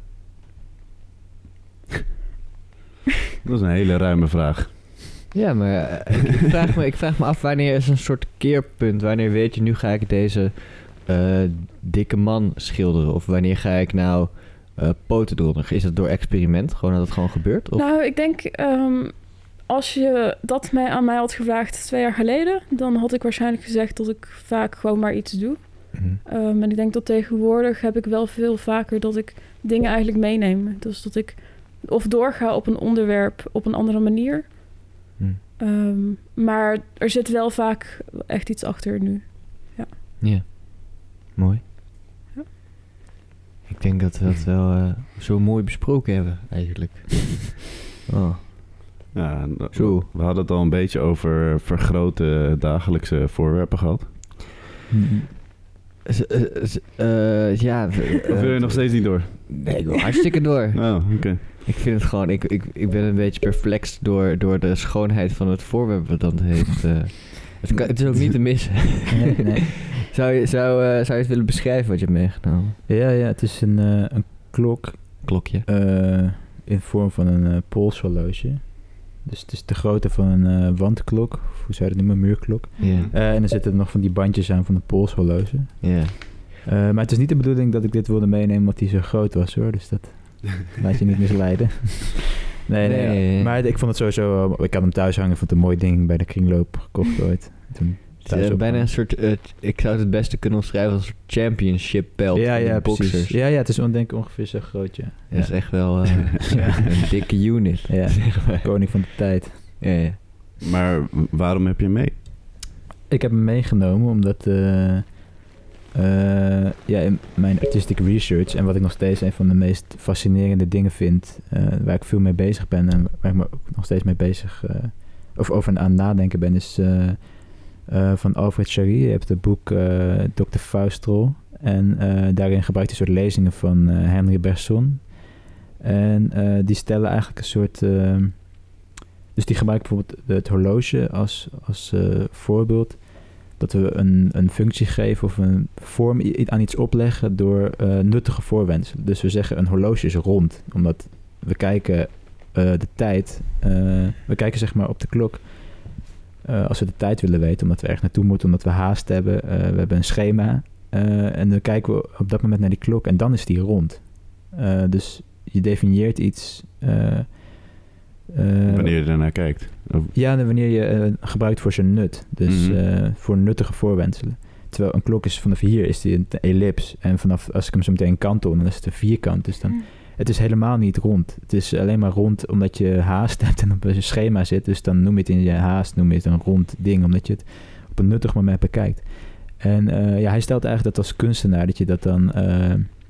D: Dat is een hele ruime vraag.
C: Ja, maar uh, ik, vraag me, ik vraag me af wanneer is een soort keerpunt. Wanneer weet je, nu ga ik deze uh, dikke man schilderen? Of wanneer ga ik nou uh, poten eronder? Is dat door experiment? Gewoon dat het gewoon gebeurt? Of?
E: Nou, ik denk... Um, als je dat mij aan mij had gevraagd twee jaar geleden... dan had ik waarschijnlijk gezegd dat ik vaak gewoon maar iets doe.
C: Mm-hmm.
E: Um, en ik denk dat tegenwoordig heb ik wel veel vaker dat ik dingen eigenlijk meeneem. Dus dat ik of doorga op een onderwerp op een andere manier.
C: Mm.
E: Um, maar er zit wel vaak echt iets achter nu. Ja.
C: Ja, mooi.
E: Ja.
C: Ik denk dat we dat wel uh, zo mooi besproken hebben, eigenlijk. Oh.
D: Ja,
C: Zo.
D: We hadden het al een beetje over vergrote dagelijkse voorwerpen gehad.
F: Mhm.
C: Z- z- uh, ja. Uh,
D: Of wil je nog steeds niet door?
C: Nee, ik wil hartstikke door.
D: Oh, oké. Okay.
C: Ik vind het gewoon, ik, ik, ik ben een beetje perplex door, door de schoonheid van het voorwerp wat dat heeft. Uh, het, kan, het is ook niet te missen.
F: Nee, nee.
C: zou, je, zou, uh, zou je het willen beschrijven wat je hebt meegenomen?
F: Ja, ja, het is een, uh, een klok.
C: Klokje.
F: Uh, in vorm van een uh, polshorloge. Dus het is de grootte van een uh, wandklok. Of hoe zou je dat noemen? Een muurklok.
C: Ja. Yeah.
F: Uh, en er zitten nog van die bandjes aan van de polshorloge.
C: Ja. Yeah.
F: Uh, maar het is niet de bedoeling dat ik dit wilde meenemen omdat die zo groot was, hoor. Dus dat laat je niet misleiden. nee, nee, nee, ja. Maar ik vond het sowieso... Uh, ik had hem thuis hangen, vond het een mooi ding bij de kringloop gekocht ooit. Toen
C: thuis uh, bijna een soort... Uh, ik zou het het beste kunnen omschrijven als een soort championship belt.
F: Ja, ja,
C: boxers.
F: precies. Ja, ja, het is denk ik ongeveer zo groot, ja.
C: Dat is echt wel uh, ja. een dikke unit.
F: Ja, zeg maar. Koning van de tijd.
C: Ja, ja.
D: Maar waarom heb je hem mee?
F: Ik heb hem meegenomen omdat... Uh, Uh, ja, in mijn artistic research en wat ik nog steeds een van de meest fascinerende dingen vind, uh, waar ik veel mee bezig ben en waar ik me ook nog steeds mee bezig, uh, of over aan nadenken ben, is uh, uh, van Alfred Jarry. Je hebt het boek uh, dokter Faustro. En uh, daarin gebruikt hij een soort lezingen van uh, Henri Bergson. En uh, die stellen eigenlijk een soort... Uh, dus die gebruiken bijvoorbeeld het horloge als, als uh, voorbeeld. Dat we een, een functie geven of een vorm aan iets opleggen door uh, nuttige voorwendselen. Dus we zeggen een horloge is rond. Omdat we kijken uh, de tijd... Uh, we kijken zeg maar op de klok... Uh, als we de tijd willen weten, omdat we ergens naartoe moeten, omdat we haast hebben. Uh, we hebben een schema. Uh, en dan kijken we op dat moment naar die klok en dan is die rond. Uh, dus je definieert iets... Uh, uh,
D: wanneer je ernaar kijkt. Of...
F: Ja, wanneer je uh, gebruikt voor zijn nut. Dus
D: Mm-hmm.
F: uh, voor nuttige voorwendselen. Terwijl een klok is vanaf hier is die een ellips. En vanaf als ik hem zo meteen kantel, dan is het een vierkant. Dus dan...
E: Mm.
F: Het is helemaal niet rond. Het is alleen maar rond omdat je haast hebt en op een schema zit. Dus dan noem je het in je haast, noem je het een rond ding. Omdat je het op een nuttig moment bekijkt. En uh, ja, hij stelt eigenlijk dat als kunstenaar dat je dat dan... Uh,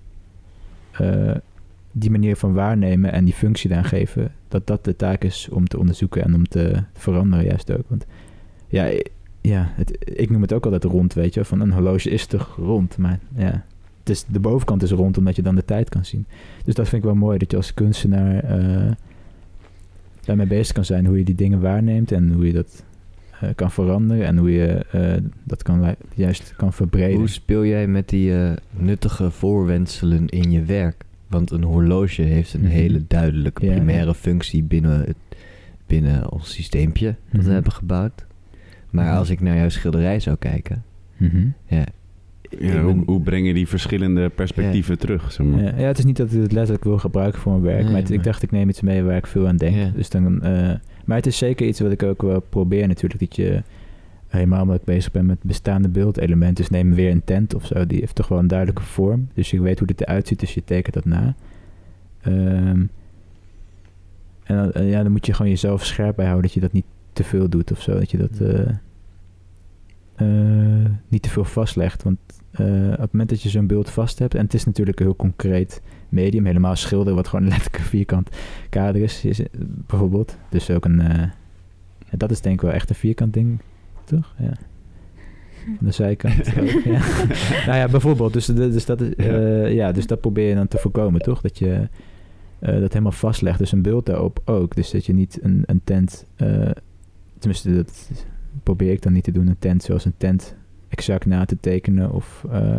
F: uh, die manier van waarnemen en die functie dan geven... dat dat de taak is om te onderzoeken en om te veranderen juist ook. Want ja, ja het, ik noem het ook altijd rond, weet je. Van een horloge is toch rond, maar ja... Het is, de bovenkant is rond, omdat je dan de tijd kan zien. Dus dat vind ik wel mooi, dat je als kunstenaar uh, daarmee bezig kan zijn. Hoe je die dingen waarneemt en hoe je dat uh, kan veranderen. En hoe je uh, dat kan, juist kan verbreden.
C: Hoe speel jij met die uh, nuttige voorwendselen in je werk? Want een horloge heeft een
F: Mm-hmm.
C: hele duidelijke
F: Ja,
C: primaire
F: ja.
C: functie binnen, het, binnen ons systeempje dat
F: Mm-hmm.
C: we hebben gebouwd. Maar
F: Mm-hmm.
C: als ik naar jouw schilderij zou kijken...
F: Mm-hmm.
C: Ja,
D: Ja,
C: ik
D: hoe,
C: ben-
D: hoe breng je die verschillende perspectieven terug? Zeg maar.
F: Ja, ja, het is niet dat ik het letterlijk wil gebruiken voor mijn werk.
C: Nee,
F: maar het- ik
C: maar-
F: dacht, ik neem iets mee waar ik veel aan denk.
C: Ja.
F: Dus dan, uh, maar het is zeker iets wat ik ook wel probeer natuurlijk. Dat je, helemaal omdat ik bezig ben met bestaande beeldelementen. Dus neem weer een tent of zo. Die heeft toch wel een duidelijke vorm. Dus je weet hoe dit eruit ziet, dus je tekent dat na. Um, en dan, uh, ja, dan moet je gewoon jezelf scherp bij houden. Dat je dat niet te veel doet of zo. Dat je dat uh, uh, niet te veel vastlegt. Want uh, op het moment dat je zo'n beeld vast hebt... en het is natuurlijk een heel concreet medium... helemaal schilderen wat gewoon letterlijk een vierkant kader is, is bijvoorbeeld. Dus ook een... Uh, dat is denk ik wel echt een vierkant ding, toch? Ja. Van de zijkant ook, ja. Nou ja, bijvoorbeeld. Dus, dus, dat is, uh, ja, dus dat probeer je dan te voorkomen, toch? Dat je uh, dat helemaal vastlegt. Dus een beeld daarop ook. Dus dat je niet een, een tent... Uh, tenminste, dat probeer ik dan niet te doen. Een tent zoals een tent exact na te tekenen. Of uh,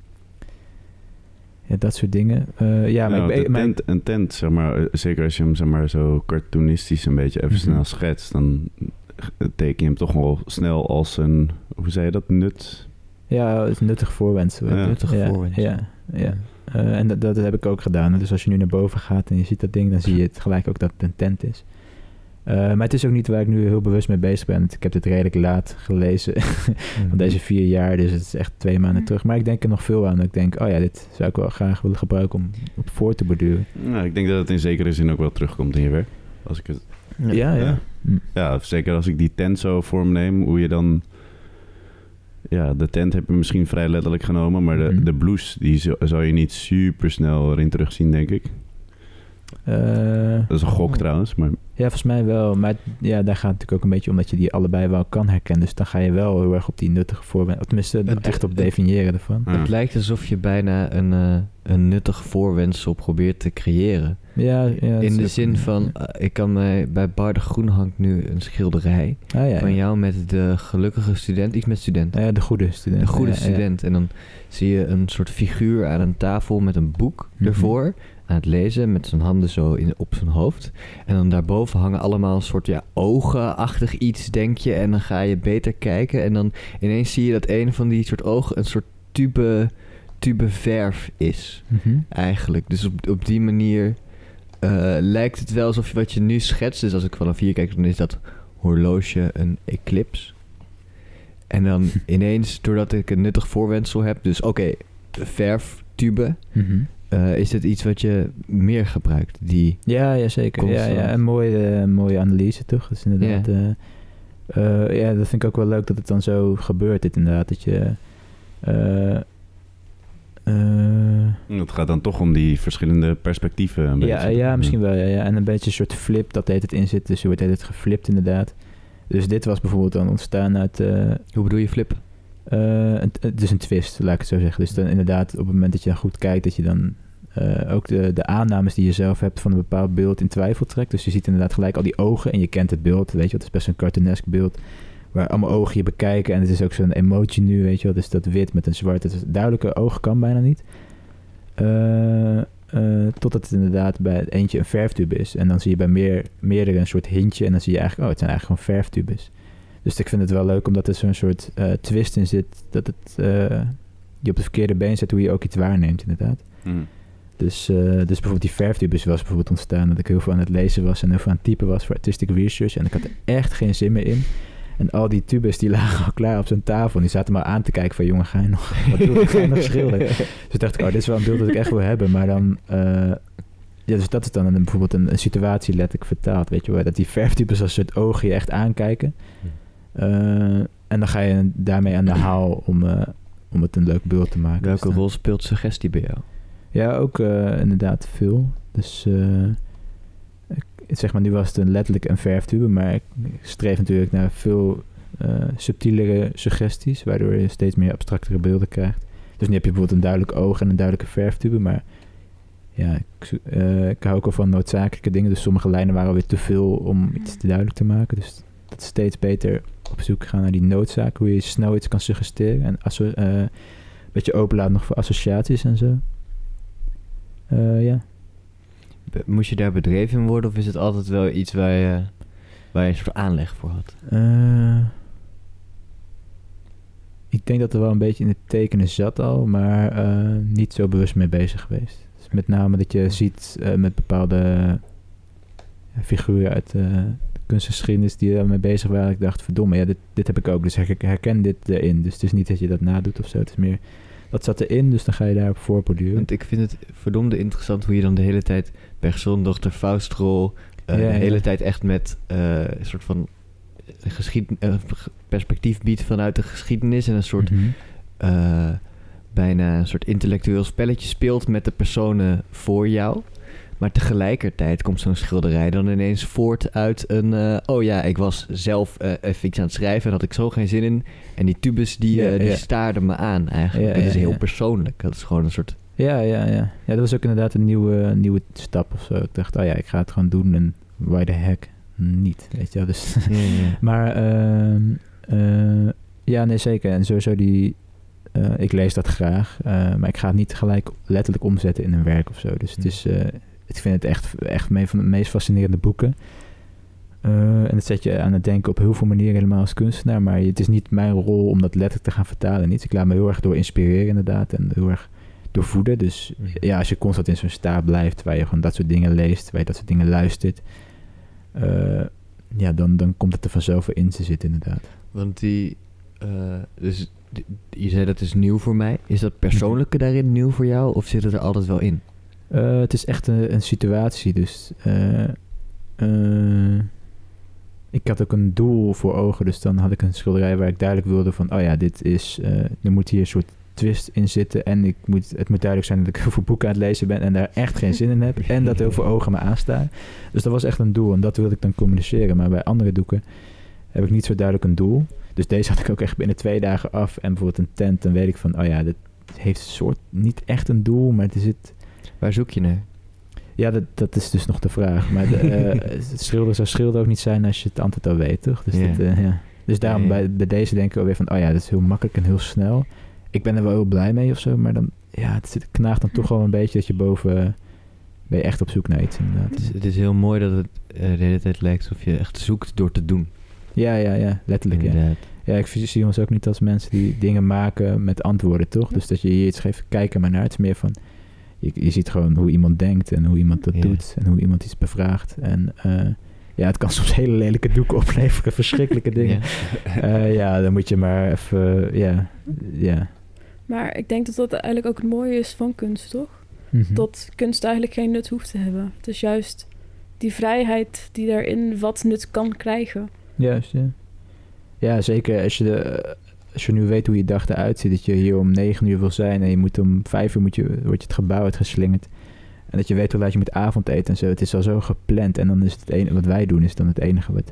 F: ja, dat soort dingen. Uh, ja, maar
D: Nou,
F: ik,
D: de
F: maar,
D: tent, een tent, zeg maar, zeker als je hem zeg maar, zo cartoonistisch een beetje even
F: Mm-hmm.
D: snel schetst... dan teken je hem toch wel snel als een... Hoe zei je dat? Nut?
F: ja, het is een nuttig voorwendsel.
D: Ja.
C: Nuttige
F: ja,
C: voorwendsel.
F: Ja, ja. Uh, en dat, dat heb ik ook gedaan. Dus als je nu naar boven gaat en je ziet dat ding... dan zie je het gelijk ook dat het een tent is. Uh, maar het is ook niet waar ik nu heel bewust mee bezig ben. Ik heb dit redelijk laat gelezen van deze vier jaar. Dus het is echt twee maanden
E: Mm.
F: terug. Maar ik denk er nog veel aan. Ik denk, oh ja, dit zou ik wel graag willen gebruiken om op voor te borduren.
D: Nou, ik denk dat het in zekere zin ook wel terugkomt in je werk. Als ik het...
F: Ja, ja.
D: Ja.
F: Hm.
D: Ja, zeker als ik die tent zo vormneem, hoe je dan... Ja, de tent heb je misschien vrij letterlijk genomen, maar de,
F: Mhm.
D: de blouse, die zo- zou je niet super snel erin terugzien, denk ik.
F: Uh,
D: Dat is een gok
C: Oh.
D: trouwens, maar...
F: ja, volgens mij wel. Maar ja, daar gaat het natuurlijk ook een beetje om dat je die allebei wel kan herkennen. Dus dan ga je wel heel erg op die nuttige voorwendsel. Tenminste,
C: Het-
F: echt op
C: het-
F: definiëren ervan.
D: Ja.
C: Het lijkt alsof je bijna een, uh, een nuttig voorwendsel probeert te creëren.
F: Ja, ja, dat
C: In
F: is
C: de
F: ook-
C: zin van, uh, ik kan mij, bij Bar de Groen hangt nu een schilderij
F: Ah, ja,
C: van
F: ja.
C: jou met de gelukkige student, iets met student.
F: Ja, de goede student.
C: De goede
F: Ja, ja.
C: student. En dan zie je een soort figuur aan een tafel met een boek
F: Mhm.
C: ervoor. Aan het lezen met zijn handen zo in, op zijn hoofd. En dan daarboven hangen allemaal een soort ja, ogenachtig iets, denk je. En dan ga je beter kijken. En dan ineens zie je dat een van die soort ogen een soort tube, tube verf is.
F: Mhm.
C: Eigenlijk. Dus op, op die manier uh, lijkt het wel alsof je wat je nu schetst. Dus als ik vanaf hier kijk, dan is dat horloge een eclipse. En dan ineens, doordat ik een nuttig voorwendsel heb. Dus oké, okay, verftube.
F: Mhm.
C: Uh, is het iets wat je meer gebruikt? Die...
F: Ja, ja, zeker. Ja,
C: Constant.
F: ja, een mooie, uh, mooie analyse, toch? Dat is inderdaad...
C: Ja.
F: Uh, uh, ja, dat vind ik ook wel leuk dat het dan zo gebeurt, dit inderdaad. Dat je... Uh, uh,
D: Het gaat dan toch om die verschillende perspectieven. Een
F: ja,
D: beetje.
F: ja, misschien wel. Ja, ja. En een beetje een soort flip dat de hele tijd in zit. Dus je wordt de hele tijd geflipt inderdaad. Dus dit was bijvoorbeeld dan ontstaan uit... Uh,
C: Hoe bedoel je flip?
F: Uh, het is een twist, laat ik het zo zeggen. Dus dan inderdaad, op het moment dat je dan goed kijkt, dat je dan uh, ook de, de aannames die je zelf hebt van een bepaald beeld in twijfel trekt. Dus je ziet inderdaad gelijk al die ogen en je kent het beeld, weet je wel. Het is best een cartoonesk beeld, waar allemaal ogen je bekijken. En het is ook zo'n emoji nu, weet je wel. Dus dat wit met een zwart, het is duidelijke ogen kan bijna niet. Uh, uh, totdat het inderdaad bij het eentje een verftube is. En dan zie je bij meer, meerdere een soort hintje en dan zie je eigenlijk, oh, het zijn eigenlijk gewoon verftubes. Dus ik vind het wel leuk omdat er zo'n soort uh, twist in zit. Dat het uh, je op het verkeerde been zet hoe je ook iets waarneemt inderdaad. Mm. Dus, uh, dus bijvoorbeeld die verftubes was bijvoorbeeld ontstaan dat ik heel veel aan het lezen was en heel veel aan het typen was voor artistic research. En ik had er echt geen zin meer in. En al die tubes die lagen al klaar op zijn tafel. En die zaten maar aan te kijken van jongen, ga je nog, wat doe je, ga je nog schilderen? Dus dacht ik, oh, dit is wel een beeld dat ik echt wil hebben. Maar dan... Uh, Ja, dus dat is dan een, bijvoorbeeld een, een situatie letterlijk vertaald, weet je wel. Dat die verftubes als soort ogen je echt aankijken. Uh, en dan ga je daarmee aan de haal om, uh, om het een leuk beeld te maken.
C: Welke
F: dus dan,
C: rol speelt suggestie bij jou?
F: Ja, ook uh, inderdaad veel. Dus uh, ik, zeg maar, nu was het een letterlijk een verftube, maar ik streef natuurlijk naar veel uh, subtielere suggesties, waardoor je steeds meer abstractere beelden krijgt. Dus nu heb je bijvoorbeeld een duidelijk oog en een duidelijke verftube, maar ja, ik, uh, ik hou ook al van noodzakelijke dingen. Dus sommige lijnen waren alweer te veel om iets te duidelijk te maken. Dus dat is steeds beter op zoek gaan naar die noodzaak. Hoe je snel iets kan suggesteren. En asso- uh, een beetje open laten nog voor associaties en zo. Uh, ja.
C: Be- moest je daar bedreven in worden? Of is het altijd wel iets waar je, waar je een soort aanleg voor had?
F: Uh, ik denk dat er wel een beetje in het tekenen zat al. Maar uh, niet zo bewust mee bezig geweest. Met name dat je ziet uh, met bepaalde uh, figuren uit uh, de kunstgeschiedenis die daarmee bezig waren. Ik dacht, verdomme, ja, dit, dit heb ik ook. Dus ik herken dit erin. Dus het is niet dat je dat nadoet of zo. Het is meer, dat zat erin, dus dan ga je daarop voorborduren.
C: Want ik vind het verdomde interessant hoe je dan de hele tijd Bergson, dokter Faust-rol, uh,
F: ja,
C: de hele
F: ja.
C: tijd echt met uh, een soort van geschied, uh, perspectief biedt vanuit de geschiedenis en een soort...
F: Mm-hmm.
C: Uh, bijna een soort intellectueel spelletje speelt met de personen voor jou. Maar tegelijkertijd komt zo'n schilderij dan ineens voort uit een... Uh, oh ja, ik was zelf uh, even iets aan het schrijven en had ik zo geen zin in. En die tubes die, uh,
F: ja,
C: die
F: ja.
C: staarden me aan eigenlijk.
F: Ja,
C: dat is
F: ja,
C: heel
F: ja.
C: persoonlijk. Dat is gewoon een soort...
F: Ja, ja, ja. Ja, dat was ook inderdaad een nieuwe, nieuwe stap of zo. Ik dacht, oh ja, ik ga het gewoon doen en why the heck niet, weet je wel. Dus
C: Ja, ja.
F: maar uh, uh, ja, nee, zeker. En sowieso die... Uh, ik lees dat graag, uh, maar ik ga het niet gelijk letterlijk omzetten in een werk of zo. Dus het is, uh, ik vind het echt, echt een van de meest fascinerende boeken. Uh, en dat zet je aan het denken op heel veel manieren helemaal als kunstenaar. Maar het is niet mijn rol om dat letterlijk te gaan vertalen. Niet. Ik laat me heel erg door inspireren inderdaad en heel erg door voeden. Dus mm-hmm. ja, als je constant in zo'n staat blijft waar je gewoon dat soort dingen leest, waar je dat soort dingen luistert, uh, ja, dan, dan komt het er vanzelf in te zitten inderdaad.
C: Want die... Uh, dus je zei dat is nieuw voor mij. Is dat persoonlijke daarin nieuw voor jou? Of zit het er altijd wel in?
F: Uh, het is echt een, een situatie. Dus uh, uh, ik had ook een doel voor ogen. Dus dan had ik een schilderij waar ik duidelijk wilde van... Oh ja, dit is... Uh, er moet hier een soort twist in zitten. En ik moet, het moet duidelijk zijn dat ik heel veel boeken aan het lezen ben... en daar echt geen zin in heb. En dat heel veel ogen me aanstaan. Dus dat was echt een doel. En dat wilde ik dan communiceren. Maar bij andere doeken heb ik niet zo duidelijk een doel... Dus deze had ik ook echt binnen twee dagen af. En bijvoorbeeld een tent, dan weet ik van... oh ja, dit heeft een soort niet echt een doel, maar het is het...
C: Waar zoek je naar?
F: Ja, dat, dat is dus nog de vraag. Maar de, uh, het schilder zou schilder ook niet zijn als je het antwoord al weet, toch? Dus,
C: yeah.
F: dat, uh, ja. dus daarom
C: ja, ja.
F: Bij, bij deze denk ik alweer van... oh ja, dat is heel makkelijk en heel snel. Ik ben er wel heel blij mee of zo, maar dan... ja, het zit, knaagt dan toch wel een beetje dat je boven... Uh, ben je echt op zoek naar iets, inderdaad.
C: Het is, het is heel mooi dat het uh, de hele tijd lijkt alsof je echt zoekt door te doen.
F: Ja, ja, ja, letterlijk,
C: inderdaad.
F: ja. Ja, ik zie ons ook niet als mensen die dingen maken met antwoorden, toch? Dus dat je hier iets geeft, kijk er maar naar. Het is meer van, je, je ziet gewoon hoe iemand denkt en hoe iemand dat yeah. doet en hoe iemand iets bevraagt. En uh, ja, het kan soms hele lelijke doeken opleveren, verschrikkelijke dingen. Yeah. Uh, ja, dan moet je maar even, uh, ja, ja.
E: Maar ik denk dat dat eigenlijk ook het mooie is van kunst, toch?
F: Mm-hmm.
E: Dat kunst eigenlijk geen nut hoeft te hebben. Het is juist die vrijheid die daarin wat nut kan krijgen.
F: Juist, ja. Ja, zeker als je, de, als je nu weet hoe je dag eruit ziet. Dat je hier om negen uur wil zijn en je moet om vijf uur moet je, word je het gebouw uitgeslingerd. En dat je weet hoe laat je moet avondeten en zo. Het is al zo gepland en dan is het, het enige wat wij doen is dan het enige wat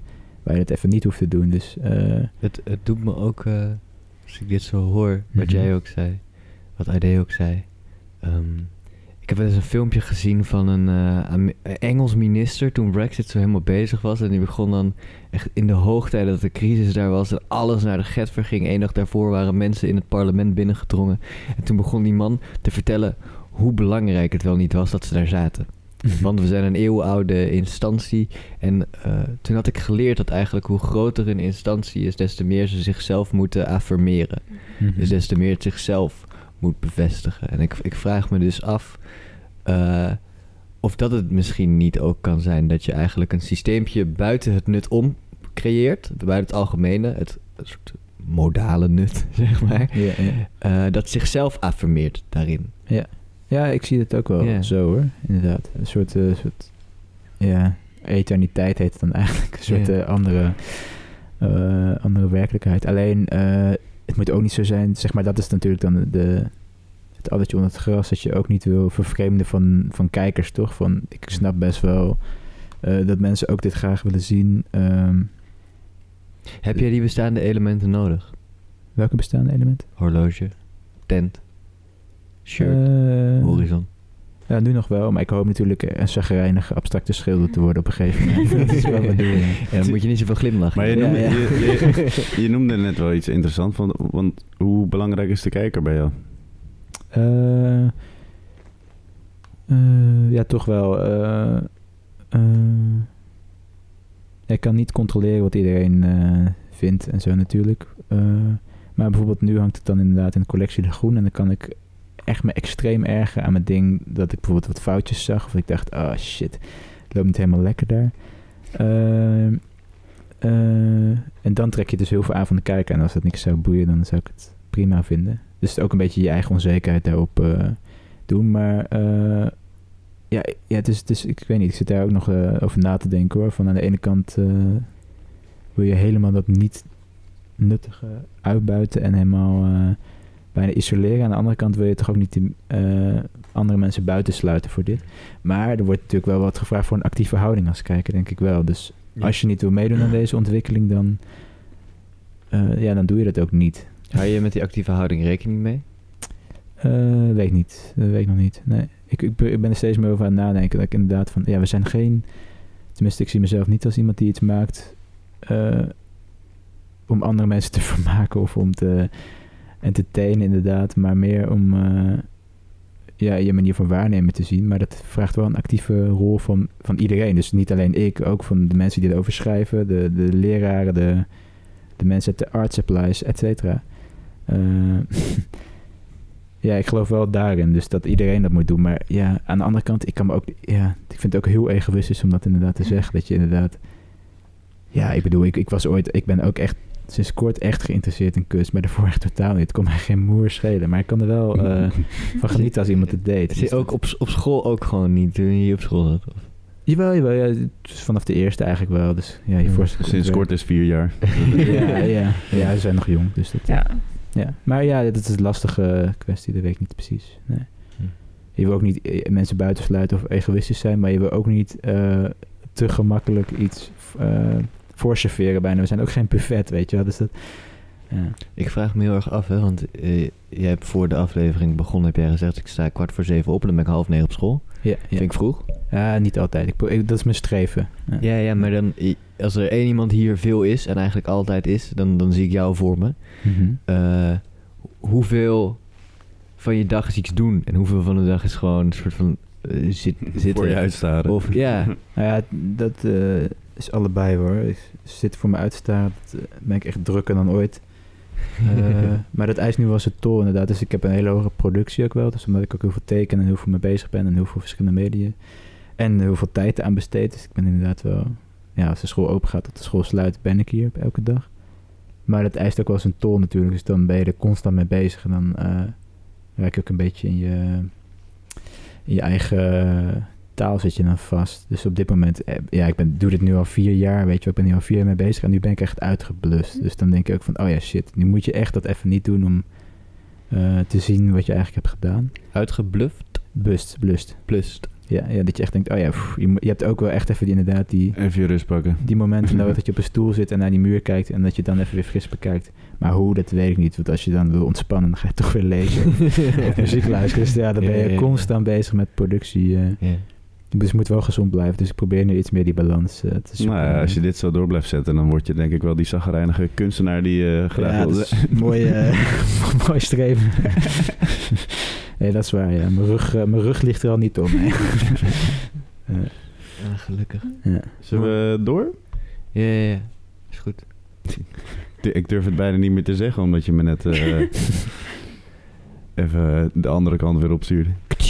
F: waar je het even niet hoeft te doen. Dus, uh,
C: het, het doet me ook, uh, als ik dit zo hoor, wat
F: mm-hmm.
C: jij ook zei, wat Ade ook zei. Um, ik heb wel eens een filmpje gezien van een uh, Engels minister toen Brexit zo helemaal bezig was. En die begon dan echt in de hoogtijden dat de crisis daar was en alles naar de getver ging. Eén dag daarvoor waren mensen in het parlement binnengedrongen. En toen begon die man te vertellen hoe belangrijk het wel niet was dat ze daar zaten. Want we zijn een eeuwenoude instantie. En uh, toen had ik geleerd dat eigenlijk hoe groter een instantie is, des te meer ze zichzelf moeten affirmeren.
F: Mm-hmm.
C: Dus des te meer het zichzelf moet bevestigen. En ik, ik vraag me dus af uh, of dat het misschien niet ook kan zijn dat je eigenlijk een systeempje buiten het nut om creëert, buiten het algemene, het een soort modale nut, zeg maar,
F: ja, ja.
C: Uh, dat zichzelf affirmeert daarin.
F: Ja. Ja, ik zie het ook wel yeah. zo hoor, inderdaad. Een soort, uh, soort ja, eterniteit heet het dan eigenlijk. Een soort yeah. uh, andere, uh, andere werkelijkheid. Alleen, uh, het moet ook niet zo zijn, zeg maar, dat is natuurlijk dan de, het addertje onder het gras, dat je ook niet wil vervreemden van, van kijkers, toch? Van, ik snap best wel uh, dat mensen ook dit graag willen zien. Um,
C: Heb jij die bestaande elementen nodig?
F: Welke bestaande elementen?
C: Horloge, tent. Shirt, uh, horizon.
F: Ja, nu nog wel, maar ik hoop natuurlijk een chagrijnige abstracte schilder te worden op een gegeven moment. Dat is wel wat doen. Ja,
C: dan moet je niet zoveel glimlachen.
D: Maar je noemde,
F: ja, ja.
D: Je, je, je noemde net wel iets interessants, want, want hoe belangrijk is de kijker bij jou?
F: Uh, uh, ja, toch wel. Uh, uh, ik kan niet controleren wat iedereen uh, vindt en zo natuurlijk. Uh, maar bijvoorbeeld nu hangt het dan inderdaad in de collectie de groen en dan kan ik echt me extreem ergeren aan mijn ding dat ik bijvoorbeeld wat foutjes zag of ik dacht, oh shit, het loopt niet helemaal lekker daar. Uh, uh, en dan trek je dus heel veel aan van de kijker en als dat niks zou boeien, dan zou ik het prima vinden. Dus het ook een beetje je eigen onzekerheid daarop uh, doen, maar uh, ja, ja het is, het is, ik weet niet, ik zit daar ook nog uh, over na te denken hoor. Van aan de ene kant uh, wil je helemaal dat niet nuttige uitbuiten en helemaal uh, bijna isoleren. Aan de andere kant wil je toch ook niet die, uh, andere mensen buitensluiten voor dit. Maar er wordt natuurlijk wel wat gevraagd voor een actieve houding als kijker, denk ik wel. Dus ja. Als je niet wil meedoen aan deze ontwikkeling, dan, uh, ja, dan doe je dat ook niet.
C: Hou je met die actieve houding rekening mee?
F: Uh, weet niet. Dat weet ik nog niet. Nee. Ik, ik, ik ben er steeds meer over aan het nadenken. Dat ik inderdaad van, ja, we zijn geen... Tenminste, ik zie mezelf niet als iemand die iets maakt uh, om andere mensen te vermaken of om te entertainen inderdaad, maar meer om uh, ja, je manier van waarnemen te zien. Maar dat vraagt wel een actieve rol van, van iedereen. Dus niet alleen ik, ook van de mensen die erover schrijven, de, de leraren, de, de mensen uit de art supplies, et cetera. Uh, ja, ik geloof wel daarin, dus dat iedereen dat moet doen. Maar ja, aan de andere kant, ik kan me ook, ja, ik vind het ook heel egoïstisch om dat inderdaad te zeggen. Dat je inderdaad, ja, ik bedoel, ik, ik was ooit, ik ben ook echt sinds kort echt geïnteresseerd in kunst, maar daarvoor echt totaal niet. Het kon mij geen moer schelen, maar ik kan er wel uh, van genieten als iemand het deed.
C: Zie je ook op, op school ook gewoon niet, toen je hier op school zat? Of?
F: Jawel, jawel, ja, dus vanaf de eerste eigenlijk wel. Dus ja, je
D: ja, sinds kort is vier jaar.
F: ja, ja, ja, ze zijn nog jong, dus dat...
E: Ja.
F: Ja, maar ja, dat is een lastige kwestie, dat weet ik niet precies. Nee. Hm. Je wil ook niet eh, mensen buitensluiten of egoïstisch zijn, maar je wil ook niet uh, te gemakkelijk iets uh, voorserveren bijna. We zijn ook geen buffet, weet je wel. Dus dat, ja.
C: Ik vraag me heel erg af, hè, want uh, jij hebt voor de aflevering begonnen, heb jij gezegd, ik sta kwart voor zeven op en dan ben ik half negen op school. Ja, ja. Vind ik vroeg?
F: Ja, niet altijd. Ik, ik, dat is mijn streven. Ja.
C: ja, ja, maar dan, als er één iemand hier veel is en eigenlijk altijd is, dan, dan zie ik jou voor me.
F: Mm-hmm.
C: Uh, hoeveel van je dag is iets doen en hoeveel van de dag is gewoon een soort van uh, zit, zitten?
D: Voor je uitstaren.
C: Of, ja.
F: Nou ja, dat uh, is allebei hoor. Ik zit voor me uitstaren, dat uh, ben ik echt drukker dan ooit. Uh, maar dat eist nu wel zijn tol inderdaad. Dus ik heb een hele hoge productie ook wel. Dus omdat ik ook heel veel teken en heel veel mee bezig ben en heel veel verschillende media. En heel veel tijd aan besteed. Dus ik ben inderdaad wel... Ja, als de school open gaat tot de school sluit, ben ik hier elke dag. Maar dat eist ook wel zijn tol natuurlijk. Dus dan ben je er constant mee bezig. En dan uh, raak je ook een beetje in je, in je eigen taal zit je dan vast. Dus op dit moment... Ja, ik ben, doe dit nu al vier jaar. Weet je, ik ben nu al vier jaar mee bezig. En nu ben ik echt uitgeblust. Dus dan denk ik ook van... Oh ja, shit. Nu moet je echt dat even niet doen om uh, te zien wat je eigenlijk hebt gedaan.
C: Uitgebluft?
F: Bust, blust.
C: Blust.
F: Ja, ja, dat je echt denkt, oh ja, pff, je, mo- je hebt ook wel echt even die, inderdaad die,
D: Even je rust pakken.
F: die momenten nodig dat je op een stoel zit en naar die muur kijkt en dat je dan even weer fris bekijkt. Maar hoe, dat weet ik niet. Want als je dan wil ontspannen, dan ga je toch weer lezen of muziek luisteren. Dus ja, dan ben je
C: Ja, ja, ja.
F: constant bezig met productie. eh.
C: Ja.
F: Dus het moet wel gezond blijven. Dus ik probeer nu iets meer die balans eh, te zoeken.
D: Nou ja, als je dit zo door blijft zetten, dan word je denk ik wel die zagrijnige kunstenaar die je graag
F: Ja,
D: wil
F: dat is mooi, eh, mooi streven. Nee, dat is waar, ja. Mijn rug, eh, mijn rug ligt er al niet om. hè. Eh,
C: Ah, gelukkig.
F: ja.
D: Zullen we door?
C: Ja, ja, ja. Is goed.
D: Ik durf het bijna niet meer te zeggen, omdat je me net eh, even de andere kant weer opstuurde.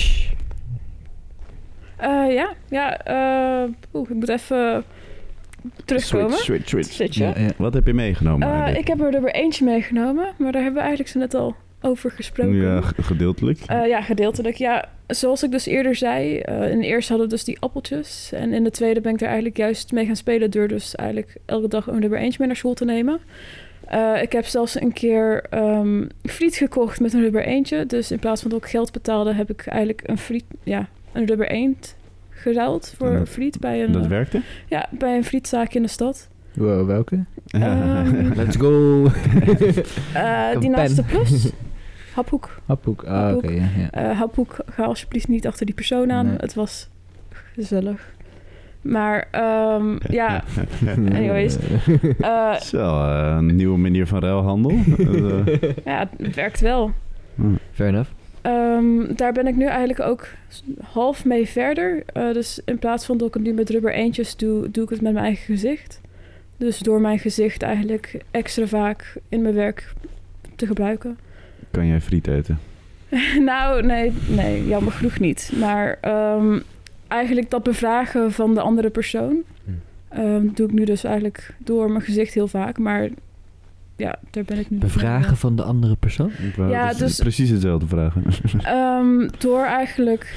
E: Uh, ja, ja. Uh, oeh, ik moet even terugkomen.
D: Switch, switch, switch.
E: Switchen.
C: Ja, ja.
D: Wat heb je meegenomen?
E: Uh,
D: eigenlijk?
E: ik heb er er weer eentje meegenomen, maar daar hebben we eigenlijk zo net al over gesproken.
D: Ja, g- gedeeltelijk.
E: Uh, ja, gedeeltelijk. Ja, zoals ik dus eerder zei, uh, in de eerste hadden we dus die appeltjes. En in de tweede ben ik er eigenlijk juist mee gaan spelen door dus eigenlijk elke dag er weer eentje mee naar school te nemen. Uh, ik heb zelfs een keer um, friet gekocht met een rubber eendje. Dus in plaats van dat ik geld betaalde, heb ik eigenlijk een friet, ja, een rubber eend geruild voor
D: En dat-
E: friet bij een,
D: Dat
E: uh,
D: werkte?
E: ja, bij een frietzaakje in de stad.
F: Wow, welke?
E: Ehm,
C: Let's go.
E: Uh,
C: Een
E: die naast de
C: pen.
E: plus. Haphoek.
F: Haphoek. Ah,
E: Haphoek.
F: oké, ja, ja.
E: Uh, Haphoek, ga alsjeblieft niet achter die persoon aan.
F: Nee.
E: Het was gezellig. Maar um, ja, anyways. Uh,
D: Zo, uh, een nieuwe manier van ruilhandel. uh,
E: ja, het werkt wel.
C: Fair enough.
E: Um, daar ben ik nu eigenlijk ook half mee verder. Uh, dus in plaats van dat ik het nu met rubber eendjes doe, doe ik het met mijn eigen gezicht. Dus door mijn gezicht eigenlijk extra vaak in mijn werk te gebruiken.
D: Kan jij friet eten?
E: Nou, nee, nee, jammer genoeg niet. Maar um, eigenlijk dat bevragen van de andere persoon um, doe ik nu dus eigenlijk door mijn gezicht heel vaak. Maar ja, daar ben ik nu...
C: Bevragen van de andere persoon?
D: Ik wou
E: Ja,
D: dus
E: dus-
D: precies hetzelfde vragen.
E: Um, door eigenlijk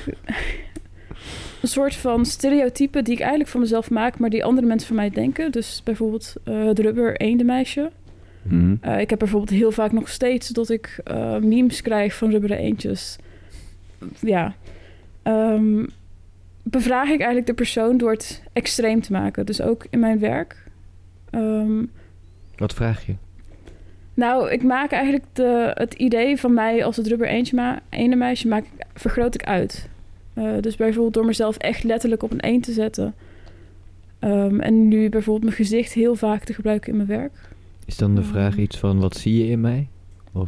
E: een soort van stereotypen die ik eigenlijk van mezelf maak, maar die andere mensen van mij denken. Dus bijvoorbeeld uh, het rubber eendenmeisje.
D: Mhm.
E: Uh, ik heb bijvoorbeeld heel vaak nog steeds dat ik uh, memes krijg van rubberen eendjes. Ja. Um, bevraag ik eigenlijk de persoon door het extreem te maken. Dus ook in mijn werk. Um,
C: Wat vraag je?
E: nou, ik maak eigenlijk de, het idee van mij als het rubber eendje ma- eendenmeisje maak ik, vergroot ik uit. Uh, dus bijvoorbeeld door mezelf echt letterlijk op een eend te zetten. Um, en nu bijvoorbeeld mijn gezicht heel vaak te gebruiken in mijn werk.
C: Is dan de
E: Um,
C: vraag iets van, wat zie je in mij? Of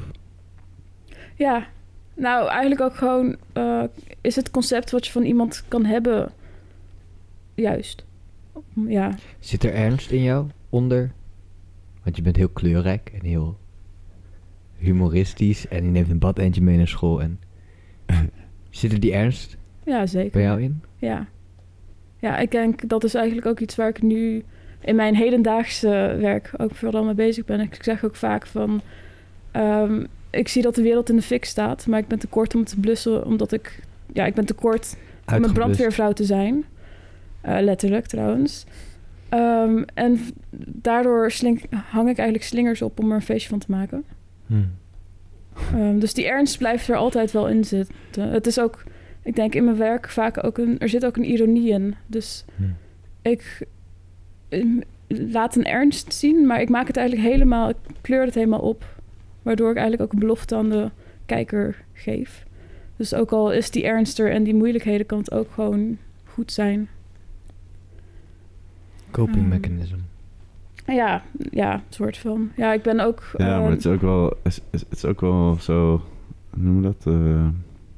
E: Ja, nou eigenlijk ook gewoon... Uh, is het concept wat je van iemand kan hebben juist? Ja,
C: zit er ernst in jou onder? Want je bent heel kleurrijk en heel humoristisch. En je neemt een badeendje mee naar school. En zit er die ernst
E: ja zeker.
C: bij jou in?
E: Ja. Ja, ik denk dat is eigenlijk ook iets waar ik nu in mijn hedendaagse werk ook vooral mee bezig ben. Ik zeg ook vaak van... Um, ik zie dat de wereld in de fik staat, maar ik ben te kort om het te blussen, omdat ik... Ja, ik ben te kort om een
C: Uitgeblust.
E: brandweervrouw te zijn. Uh, letterlijk trouwens. Um, en v- daardoor slink, hang ik eigenlijk slingers op om er een feestje van te maken.
C: Hmm.
E: Um, dus die ernst blijft er altijd wel in zitten. Het is ook, ik denk in mijn werk vaak ook een... Er zit ook een ironie in. Dus
C: Hmm.
E: ik um, laat een ernst zien, maar ik maak het eigenlijk helemaal... Ik kleur het helemaal op. Waardoor ik eigenlijk ook een belofte aan de kijker geef. Dus ook al is die ernst er en die moeilijkheden, kan het ook gewoon goed zijn.
C: Coping
E: Um,
C: mechanism.
E: Ja, ja, een soort van. Ja, ik ben ook...
D: Ja, maar
E: um,
D: het is ook wel, het is, het is ook wel zo, hoe noemen we dat? Uh,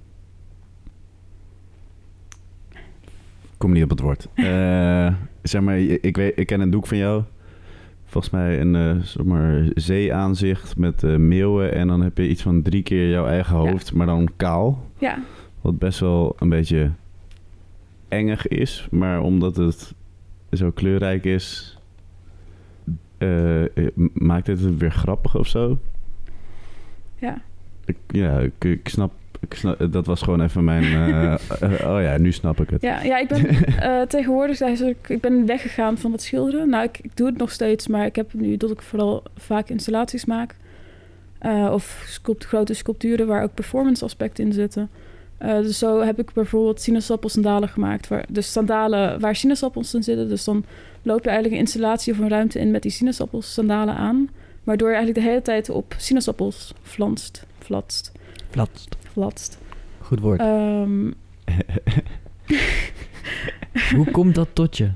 D: kom niet op het woord. Uh, zeg maar, ik, weet, ik ken een doek van jou. Volgens mij een uh, zeg maar, zeeaanzicht met uh, meeuwen. En dan heb je iets van drie keer jouw eigen hoofd, ja. Maar dan kaal.
E: Ja.
D: Wat best wel een beetje engig is. Maar omdat het zo kleurrijk is, uh, maakt het weer grappig of zo.
E: Ja.
D: Ik, ja, ik, ik, snap, ik snap... Dat was gewoon even mijn... Uh, uh, oh ja, nu snap ik het.
E: Ja, ja ik ben uh, tegenwoordig... Ik, ik ben weggegaan van het schilderen. Nou, ik, ik doe het nog steeds, maar ik heb nu dat ik vooral vaak installaties maak. Uh, of sculpt, grote sculpturen waar ook performance aspecten in zitten. Uh, dus zo heb ik bijvoorbeeld sinaasappelsandalen gemaakt. Waar, dus sandalen waar sinaasappels in zitten. Dus dan loop je eigenlijk een installatie of een ruimte in met die sinaasappelsandalen aan. Waardoor je eigenlijk de hele tijd op sinaasappels flanst. Flatst.
C: Flatst.
E: Flatst.
C: Goed woord.
E: Um,
C: Hoe komt dat tot je?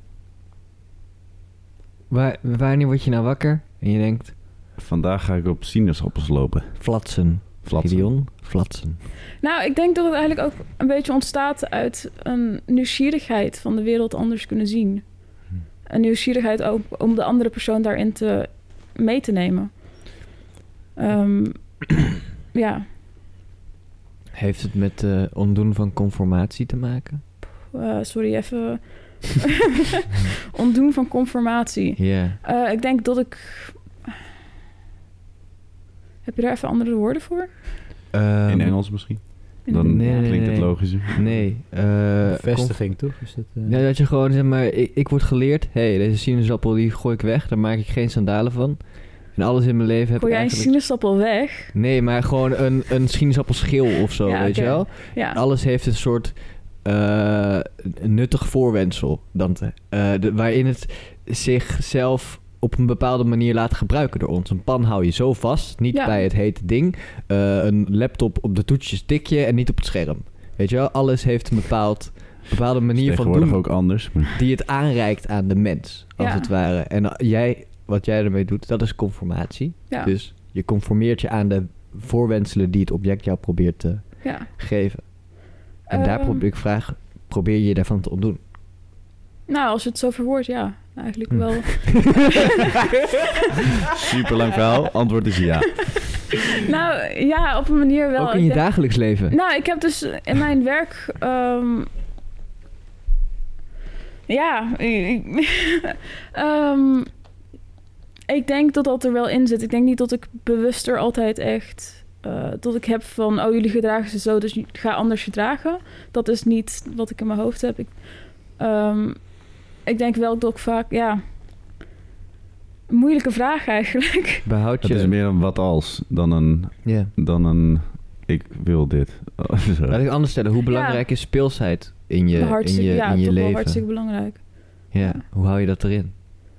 C: Waar, wanneer word je nou wakker en je denkt...
D: Vandaag ga ik op sinaasappels lopen.
C: Flatsen.
D: Flatsen.
C: Gideon, flatsen.
E: Nou, ik denk dat het eigenlijk ook een beetje ontstaat uit een nieuwsgierigheid van de wereld anders kunnen zien. Een nieuwsgierigheid ook om de andere persoon daarin te mee te nemen. Um, ja.
C: Heeft het met uh, ontdoen van conformatie te maken?
E: Uh, sorry, even... ontdoen van conformatie.
C: Ja.
E: Yeah. Uh, ik denk dat ik... Heb je daar even andere woorden voor?
C: Um,
D: In Engels misschien? Dan
C: nee,
D: klinkt
C: nee,
D: het
C: nee.
D: logischer.
C: Nee. Uh,
F: Bevestiging, toch? Is dat, uh...
C: Ja, dat je gewoon, zeg maar, ik, ik word geleerd... Hé, hey, deze sinaasappel die gooi ik weg. Daar maak ik geen sandalen van. En alles in mijn leven heb
E: gooi
C: ik
E: jij
C: eigenlijk...
E: een sinaasappel weg?
C: Nee, maar gewoon een, een sinaasappelschil of zo,
E: ja,
C: weet
E: okay.
C: je wel?
E: Ja.
C: Alles heeft een soort uh, nuttig voorwendsel. Dan te, uh, de, waarin het zichzelf op een bepaalde manier laat gebruiken door ons. Een pan hou je zo vast, niet
E: ja.
C: bij het hete ding. Uh, een laptop op de toetsjes tik je en niet op het scherm. Weet je wel? Alles heeft een bepaald, bepaalde manier van doen...
D: ook anders. Maar...
C: die het aanreikt aan de mens, als
E: ja.
C: het ware. En uh, jij, wat jij ermee doet, dat is conformatie.
E: Ja.
C: Dus je conformeert je aan de voorwenselen die het object jou probeert te
E: ja.
C: geven. En
E: um,
C: daar probeer ik vraag, probeer je daarvan te ontdoen?
E: Nou, als je het zo verwoordt, ja. Eigenlijk wel.
D: Super lang verhaal. Antwoord is ja.
E: Nou, ja, op een manier wel.
C: Ook in je
E: ik denk,
C: dagelijks leven?
E: Nou, ik heb dus in mijn werk... Um, ja. um, ik denk dat dat er wel in zit. Ik denk niet dat ik bewust er altijd echt... Uh, dat ik heb van... Oh, jullie gedragen ze zo, dus ga anders gedragen. Dat is niet wat ik in mijn hoofd heb. Ik, um, ik denk wel dat ik vaak... Ja, moeilijke vraag eigenlijk.
C: Behoud je...
D: Het is meer een wat als dan een...
C: Yeah.
D: Dan een... Ik wil dit.
C: Laat ik anders stellen. Hoe belangrijk ja. is speelsheid in je, in je,
E: ja,
C: in je
E: toch
C: leven?
E: Wel hartstikke belangrijk.
C: Ja. ja, hoe hou je dat erin?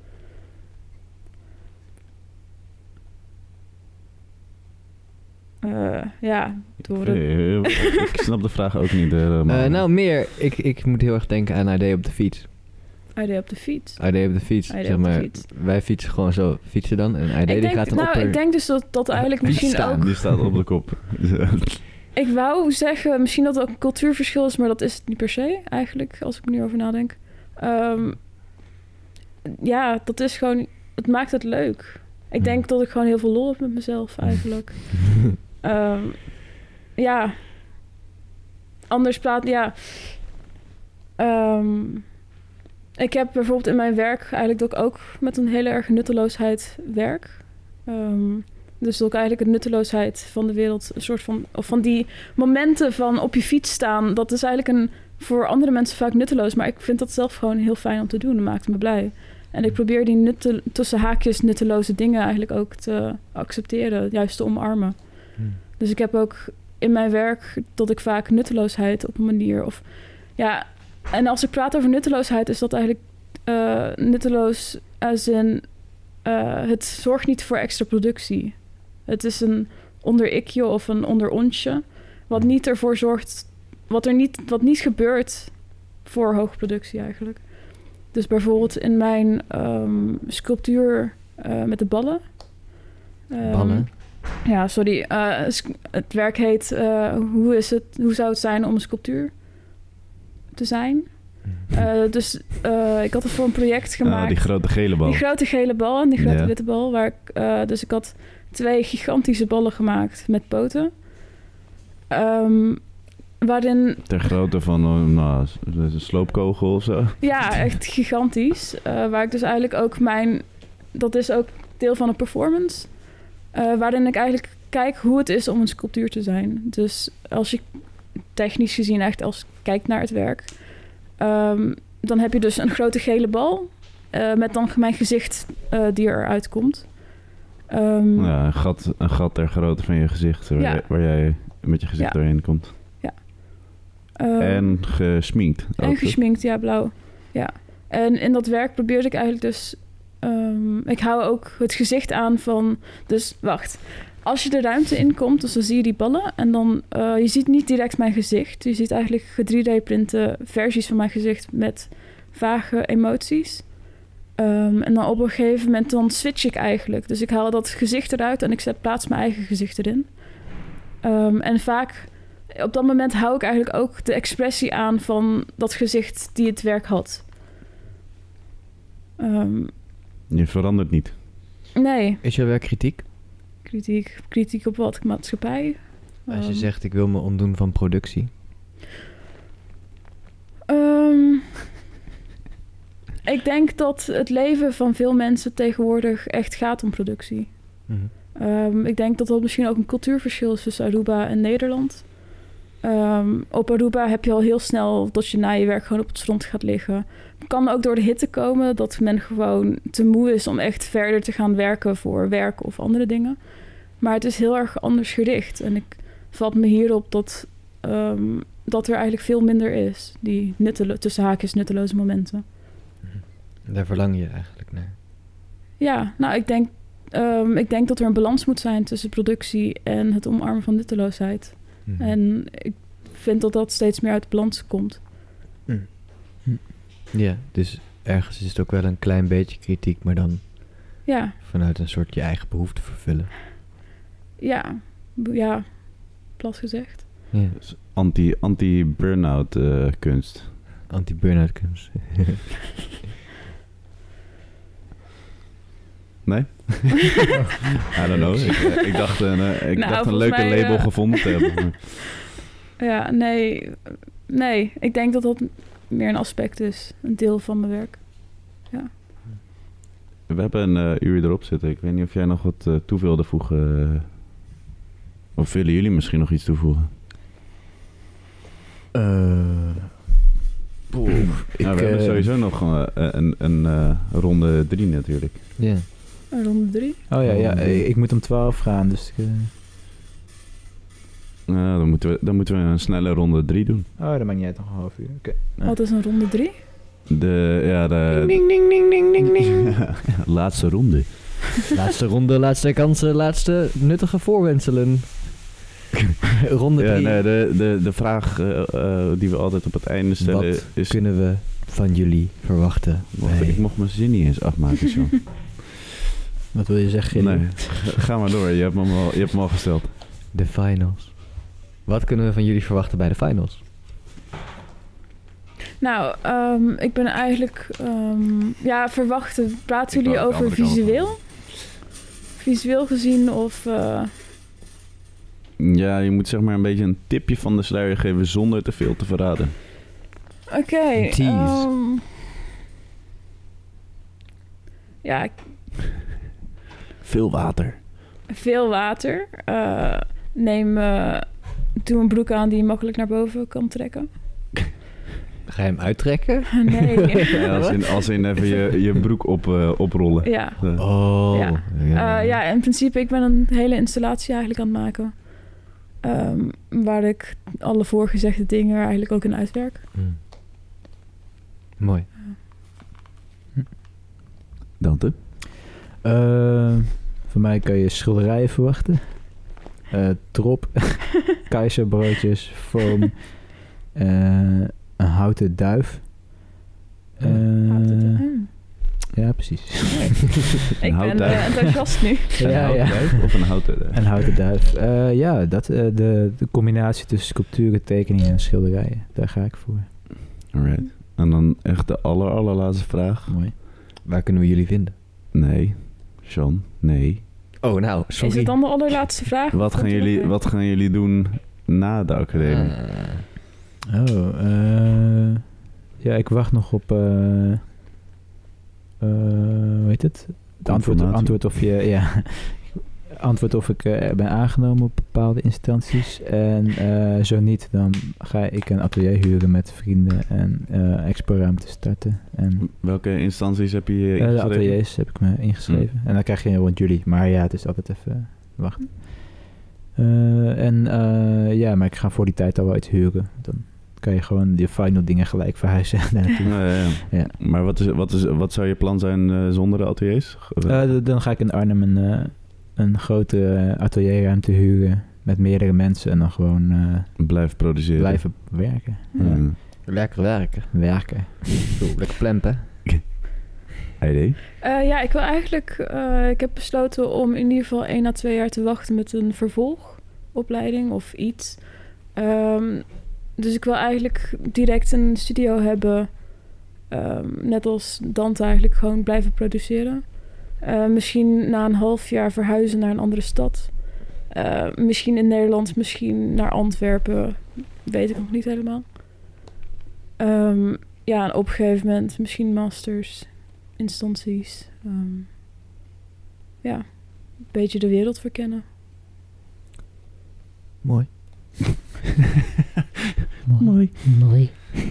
E: Uh, ja, door
D: de... nee, ik snap de vraag ook niet. Uh,
C: nou, meer. Ik, ik moet heel erg denken aan I D op de fiets.
E: I D op de fiets?
C: I D op de fiets.
E: I D
C: zeg maar,
E: op de fiets.
C: Wij fietsen gewoon zo. Fietsen dan. En I D
E: ik
C: die
E: denk,
C: gaat dan
E: nou,
C: op er...
E: Ik denk dus dat dat eigenlijk misschien
C: staan.
E: ook...
D: Die staat op de kop.
E: Ik wou zeggen, misschien dat er ook een cultuurverschil is, maar dat is het niet per se eigenlijk, als ik er nu over nadenk. Um, ja, dat is gewoon... Het maakt het leuk. Ik denk dat ik gewoon heel veel lol heb met mezelf eigenlijk. um, ja. Anders praat... Ja. Um, ik heb bijvoorbeeld in mijn werk eigenlijk dat ik ook met een hele erg nutteloosheid werk. Um, dus dat ik eigenlijk de nutteloosheid van de wereld... een soort van... of van die momenten van op je fiets staan... dat is eigenlijk een, voor andere mensen vaak nutteloos. Maar ik vind dat zelf gewoon heel fijn om te doen. Dat maakt me blij. En ik probeer die nutte, tussen haakjes nutteloze dingen eigenlijk ook te accepteren. Juist te omarmen. Hmm. Dus ik heb ook in mijn werk dat ik vaak nutteloosheid op een manier... of ja, en als ik praat over nutteloosheid is dat eigenlijk uh, nutteloos als in... Uh, het zorgt niet voor extra productie. Het is een onder-ikje of een onder-ontje... wat niet ervoor zorgt... wat er niet, wat niet gebeurt voor hoge productie eigenlijk. Dus bijvoorbeeld in mijn um, sculptuur uh, met de ballen... Um,
C: ballen?
E: Ja, sorry. Uh, het werk heet... Uh, hoe, is het, hoe zou het zijn om een sculptuur te zijn... Uh, dus uh, ik had het voor een project gemaakt.
D: Oh, die grote gele bal.
E: Die grote gele bal en die grote
D: ja.
E: witte bal. Waar ik, uh, dus ik had twee gigantische ballen gemaakt met poten. Um, waarin...
D: Ter grootte van uh, nou, een sloopkogel of zo.
E: Ja, echt gigantisch. Uh, waar ik dus eigenlijk ook mijn... Dat is ook deel van een performance. Uh, waarin ik eigenlijk kijk hoe het is om een sculptuur te zijn. Dus als je technisch gezien echt als kijkt naar het werk... Um, dan heb je dus een grote gele bal... Uh, met dan mijn gezicht uh, die eruit komt. Um,
D: ja, een gat, een gat ter grootte van je gezicht... waar, ja. jij, waar jij met je gezicht ja. doorheen komt.
E: Ja. Uh,
D: en gesminkt.
E: En
D: ook,
E: gesminkt, ja, blauw. Ja. En in dat werk probeerde ik eigenlijk dus... Um, ik hou ook het gezicht aan van... Dus, wacht. Als je de ruimte inkomt, dus dan zie je die ballen... en dan... Uh, je ziet niet direct mijn gezicht. Je ziet eigenlijk ge drie D-printen versies van mijn gezicht... met vage emoties. Um, en dan op een gegeven moment dan switch ik eigenlijk. Dus ik haal dat gezicht eruit... en ik zet plaats mijn eigen gezicht erin. Um, en vaak... Op dat moment hou ik eigenlijk ook de expressie aan... van dat gezicht die het werk had. Um,
D: Je verandert niet.
E: Nee.
C: Is jouw werk kritiek?
E: Kritiek. Kritiek op wat? Maatschappij?
C: Als je
E: Um,
C: zegt, ik wil me ontdoen van productie.
E: Um, ik denk dat het leven van veel mensen tegenwoordig echt gaat om productie. Mm-hmm. Um, ik denk dat dat misschien ook een cultuurverschil is tussen Aruba en Nederland. Um, op Aruba heb je al heel snel dat je na je werk gewoon op het strand gaat liggen. Het kan ook door de hitte komen dat men gewoon te moe is om echt verder te gaan werken voor werk of andere dingen. Maar het is heel erg anders gericht. En ik valt me hierop dat, um, dat er eigenlijk veel minder is. Die nuttelo- tussen haakjes nutteloze momenten.
C: Daar verlang je eigenlijk naar.
E: Ja, nou ik denk, um, ik denk dat er een balans moet zijn tussen productie en het omarmen van nutteloosheid. Mm. En ik vind dat dat steeds meer uit balans komt.
C: Mm. Ja, dus ergens is het ook wel een klein beetje kritiek, maar dan
E: ja.
C: vanuit een soort je eigen behoefte vervullen.
E: Ja, ja, plat gezegd.
C: Ja.
D: Dus anti, anti-burn-out uh, kunst.
C: Anti-burn-out kunst.
D: Nee? I don't know. Ik, ik dacht een, uh, ik
E: nou,
D: dacht een leuke
E: mij,
D: label
E: uh,
D: gevonden te hebben.
E: Ja, nee. Nee, ik denk dat dat meer een aspect is. Een deel van mijn werk. Ja.
D: We hebben een uh, uur erop zitten. Ik weet niet of jij nog wat uh, toe wilde voegen. Of willen jullie misschien nog iets toevoegen?
C: Uh, boh, ik,
D: nou, we uh, hebben sowieso nog uh, een, een uh, ronde drie natuurlijk.
C: Ja. Yeah.
E: Een ronde drie?
F: Oh ja, ja, ik moet om twaalf gaan, dus... Uh...
D: Nou, dan moeten we, dan moeten we een snelle ronde drie doen.
F: Oh, dat maakt niet uit, nog een half uur. Okay.
E: Nou. Wat is een ronde drie?
D: De, ja, de...
E: Ding, ding, ding, ding, ding, ding.
D: ja, laatste ronde.
C: Laatste ronde, laatste kansen, laatste nuttige voorwenselen. Ronde
D: ja,
C: drie.
D: Nee, de, de, de vraag uh, uh, die we altijd op het einde stellen
C: Wat
D: is...
C: kunnen we van jullie verwachten?
D: Wacht,
C: bij...
D: Ik mocht mijn zin niet eens afmaken, Sean.
F: Wat wil je zeggen, Gilly?
D: Nee, ga maar door. Je hebt hem al, je hebt hem al gesteld.
C: De finals. Wat kunnen we van jullie verwachten bij de finals?
E: Nou, um, ik ben eigenlijk... Um, ja, verwachten. Praten
D: Ik
E: jullie
D: wou de
E: over
D: andere kant
E: visueel? Visueel gezien of... Uh...
D: Ja, je moet zeg maar een beetje een tipje van de sluier geven zonder te veel te verraden.
E: Oké. Okay,
C: tease.
E: Um... Ja, ik...
D: Veel water.
E: Veel water. Uh, neem... Uh, doe een broek aan die je makkelijk naar boven kan trekken.
C: Ga je hem uittrekken?
E: Nee.
D: Ja, als, in, als in even je, je broek op, uh, oprollen.
E: Ja.
C: Oh.
E: Ja. Ja. Uh, ja, in principe, ik ben een hele installatie eigenlijk aan het maken. Um, waar ik alle voorgezegde dingen er eigenlijk ook in uitwerk.
C: Hmm. Mooi.
F: Hm.
D: Dante?
F: Uh, voor mij kan je schilderijen verwachten. Uh, drop, keizerbroodjes, foam, uh, een houten duif. Uh,
E: uh,
F: ja, precies.
E: Nee. Ik ben uh, enthousiast nu.
D: Een
F: ja,
D: houten
F: ja.
D: duif of een houten duif?
F: Een houten duif. Uh, ja, dat, uh, de, de combinatie tussen sculpturen, tekeningen en schilderijen. Daar ga ik voor.
D: Alright. En dan echt de aller, allerlaatste vraag.
F: Mooi.
C: Waar kunnen we jullie vinden?
D: Nee. Sean, nee.
C: Oh, nou, sorry.
E: Is het dan de allerlaatste vraag?
D: Wat gaan, jullie, wat gaan jullie doen na de academie?
C: Uh.
F: Oh, uh, ja, ik wacht nog op... Uh, uh, hoe heet het? Het antwoord, antwoord of je... Ja, antwoord of ik uh, ben aangenomen op bepaalde instanties. En uh, zo niet, dan ga ik een atelier huren met vrienden en uh, expo-ruimte starten. En
D: welke instanties heb je je
F: uh, de ateliers heb ik me ingeschreven. Hm. En dan krijg je rond jullie. Maar ja, het is altijd even uh, wachten. Uh, en uh, ja, maar ik ga voor die tijd al wel iets huren. Dan kan je gewoon die final dingen gelijk verhuizen daar naartoe.
D: Nou, ja, ja.
F: Ja.
D: Maar wat, is, wat, is, wat zou je plan zijn uh, zonder de ateliers?
F: Uh, d- dan ga ik in Arnhem een, uh, een grote uh, atelierruimte huren met meerdere mensen en dan gewoon uh,
D: Blijven produceren.
F: blijven werken. Ja.
D: Mm.
C: Lekker werken.
F: Werken.
C: Zo, lekker plempen.
D: I D?
E: Uh, ja, ik wil eigenlijk... Uh, ik heb besloten om in ieder geval één à twee jaar te wachten met een vervolgopleiding of iets. Um, dus ik wil eigenlijk direct een studio hebben. Um, net als Dante eigenlijk gewoon blijven produceren. Uh, misschien na een half jaar verhuizen naar een andere stad. Uh, misschien in Nederland, misschien naar Antwerpen. Weet ik nog niet helemaal. Um, ja, en op een gegeven moment misschien masters, instanties. Um, ja, een beetje de wereld verkennen.
C: Mooi.
F: Mooi.
G: Mooi.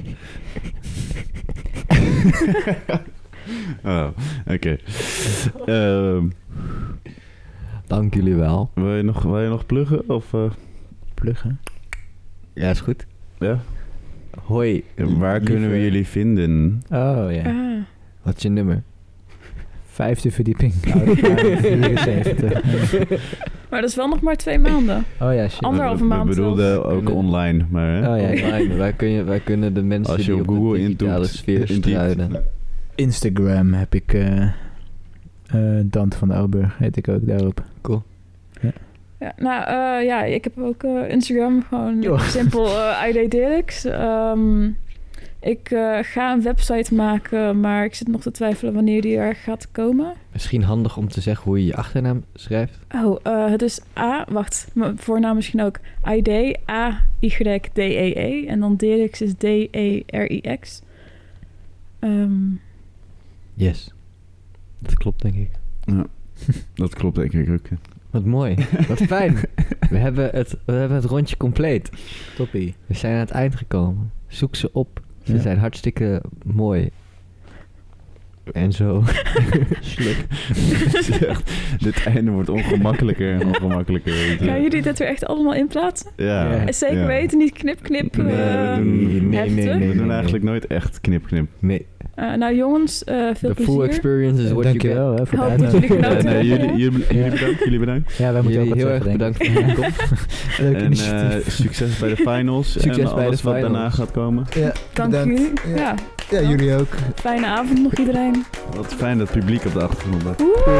D: Oh, oké. Okay. Um,
C: Dank jullie wel.
D: wil, je nog, wil je nog pluggen? Of, uh,
F: Pluggen.
C: Ja, is goed.
D: ja?
C: Hoi.
D: Waar
C: lieve-
D: kunnen we jullie vinden?
F: Oh ja.
E: Ah,
C: Wat is je nummer?
F: Vijfde verdieping. Oude Kamer, vierenzeventig.
E: maar dat is wel nog maar twee maanden.
F: Oh ja, shit.
E: Anderhalve
D: we, we
E: maand
D: bedoelden
E: zelfs.
D: ook online, maar... Hè?
F: Oh ja, ja.
C: Online. wij, kunnen, wij kunnen de mensen
D: Als je
C: die
D: op
C: op
D: Google
C: de digitale
D: intoet,
C: sfeer
D: intypt.
C: struinen.
F: Instagram heb ik uh, uh, Dante van Elburg, heet ik ook daarop.
C: Cool.
E: Ja, nou uh, ja, ik heb ook uh, Instagram, gewoon
F: Yo.
E: simpel uh, I D Dirks. Um, ik uh, ga een website maken, maar ik zit nog te twijfelen wanneer die er gaat komen.
C: Misschien handig om te zeggen hoe je je achternaam schrijft.
E: Oh, uh, het is A, wacht, mijn voornaam misschien ook. I D, A, Y, D, E, E. En dan Dirks is D, E, R, I, X. Um,
C: Yes. Dat klopt, denk ik.
D: Ja, dat klopt denk ik ook.
C: Wat mooi. Wat fijn. We hebben het, we hebben het rondje compleet.
F: Toppie.
C: We zijn aan het eind gekomen. Zoek ze op. Ze
F: Ja.
C: zijn hartstikke mooi. En zo.
F: Slik.
D: Dit einde wordt ongemakkelijker en ongemakkelijker.
E: gaan jullie dit er echt allemaal in plaatsen?
D: Ja.
F: Ja.
E: En zeker
D: ja.
E: weten, niet knip, knip.
D: Nee,
E: uh,
D: we doen-
C: nee, nee,
E: heftig.
C: nee, nee,
D: We doen
C: nee.
D: eigenlijk nooit echt knip knip.
C: Nee.
E: Uh, nou jongens, uh, veel
C: The full
E: plezier.
C: experience is what you
F: Dankjewel hè, voor de
E: Hoop dat jullie
F: uitnodiging.
E: genoten
D: nee,
E: hebben.
D: jullie, jullie, jullie bedankt. Jullie bedankt.
F: Ja, wij
C: get.
F: moeten ook
C: Jullie
F: wat
C: heel erg
F: zeggen, denk
C: bedankt
F: ik.
C: voor je komst.
F: Leuk
D: En uh,
F: initiatief.
D: succes bij de finals.
C: Succes
D: en
C: bij
D: alles
C: de
D: wat
C: finals.
D: daarna gaat komen.
F: Ja,
E: Dank
F: bedankt.
E: jullie. Ja.
F: Ja, jullie ook.
E: Fijne avond nog iedereen.
D: Wat fijn dat het publiek op de achtergrond blijft.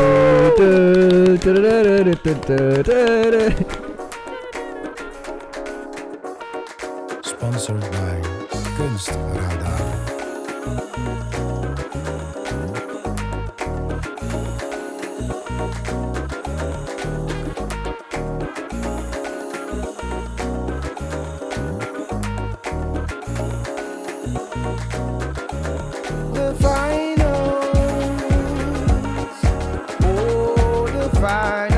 A: Sponsored by Kunstradar.
B: The finals. Oh, the finals.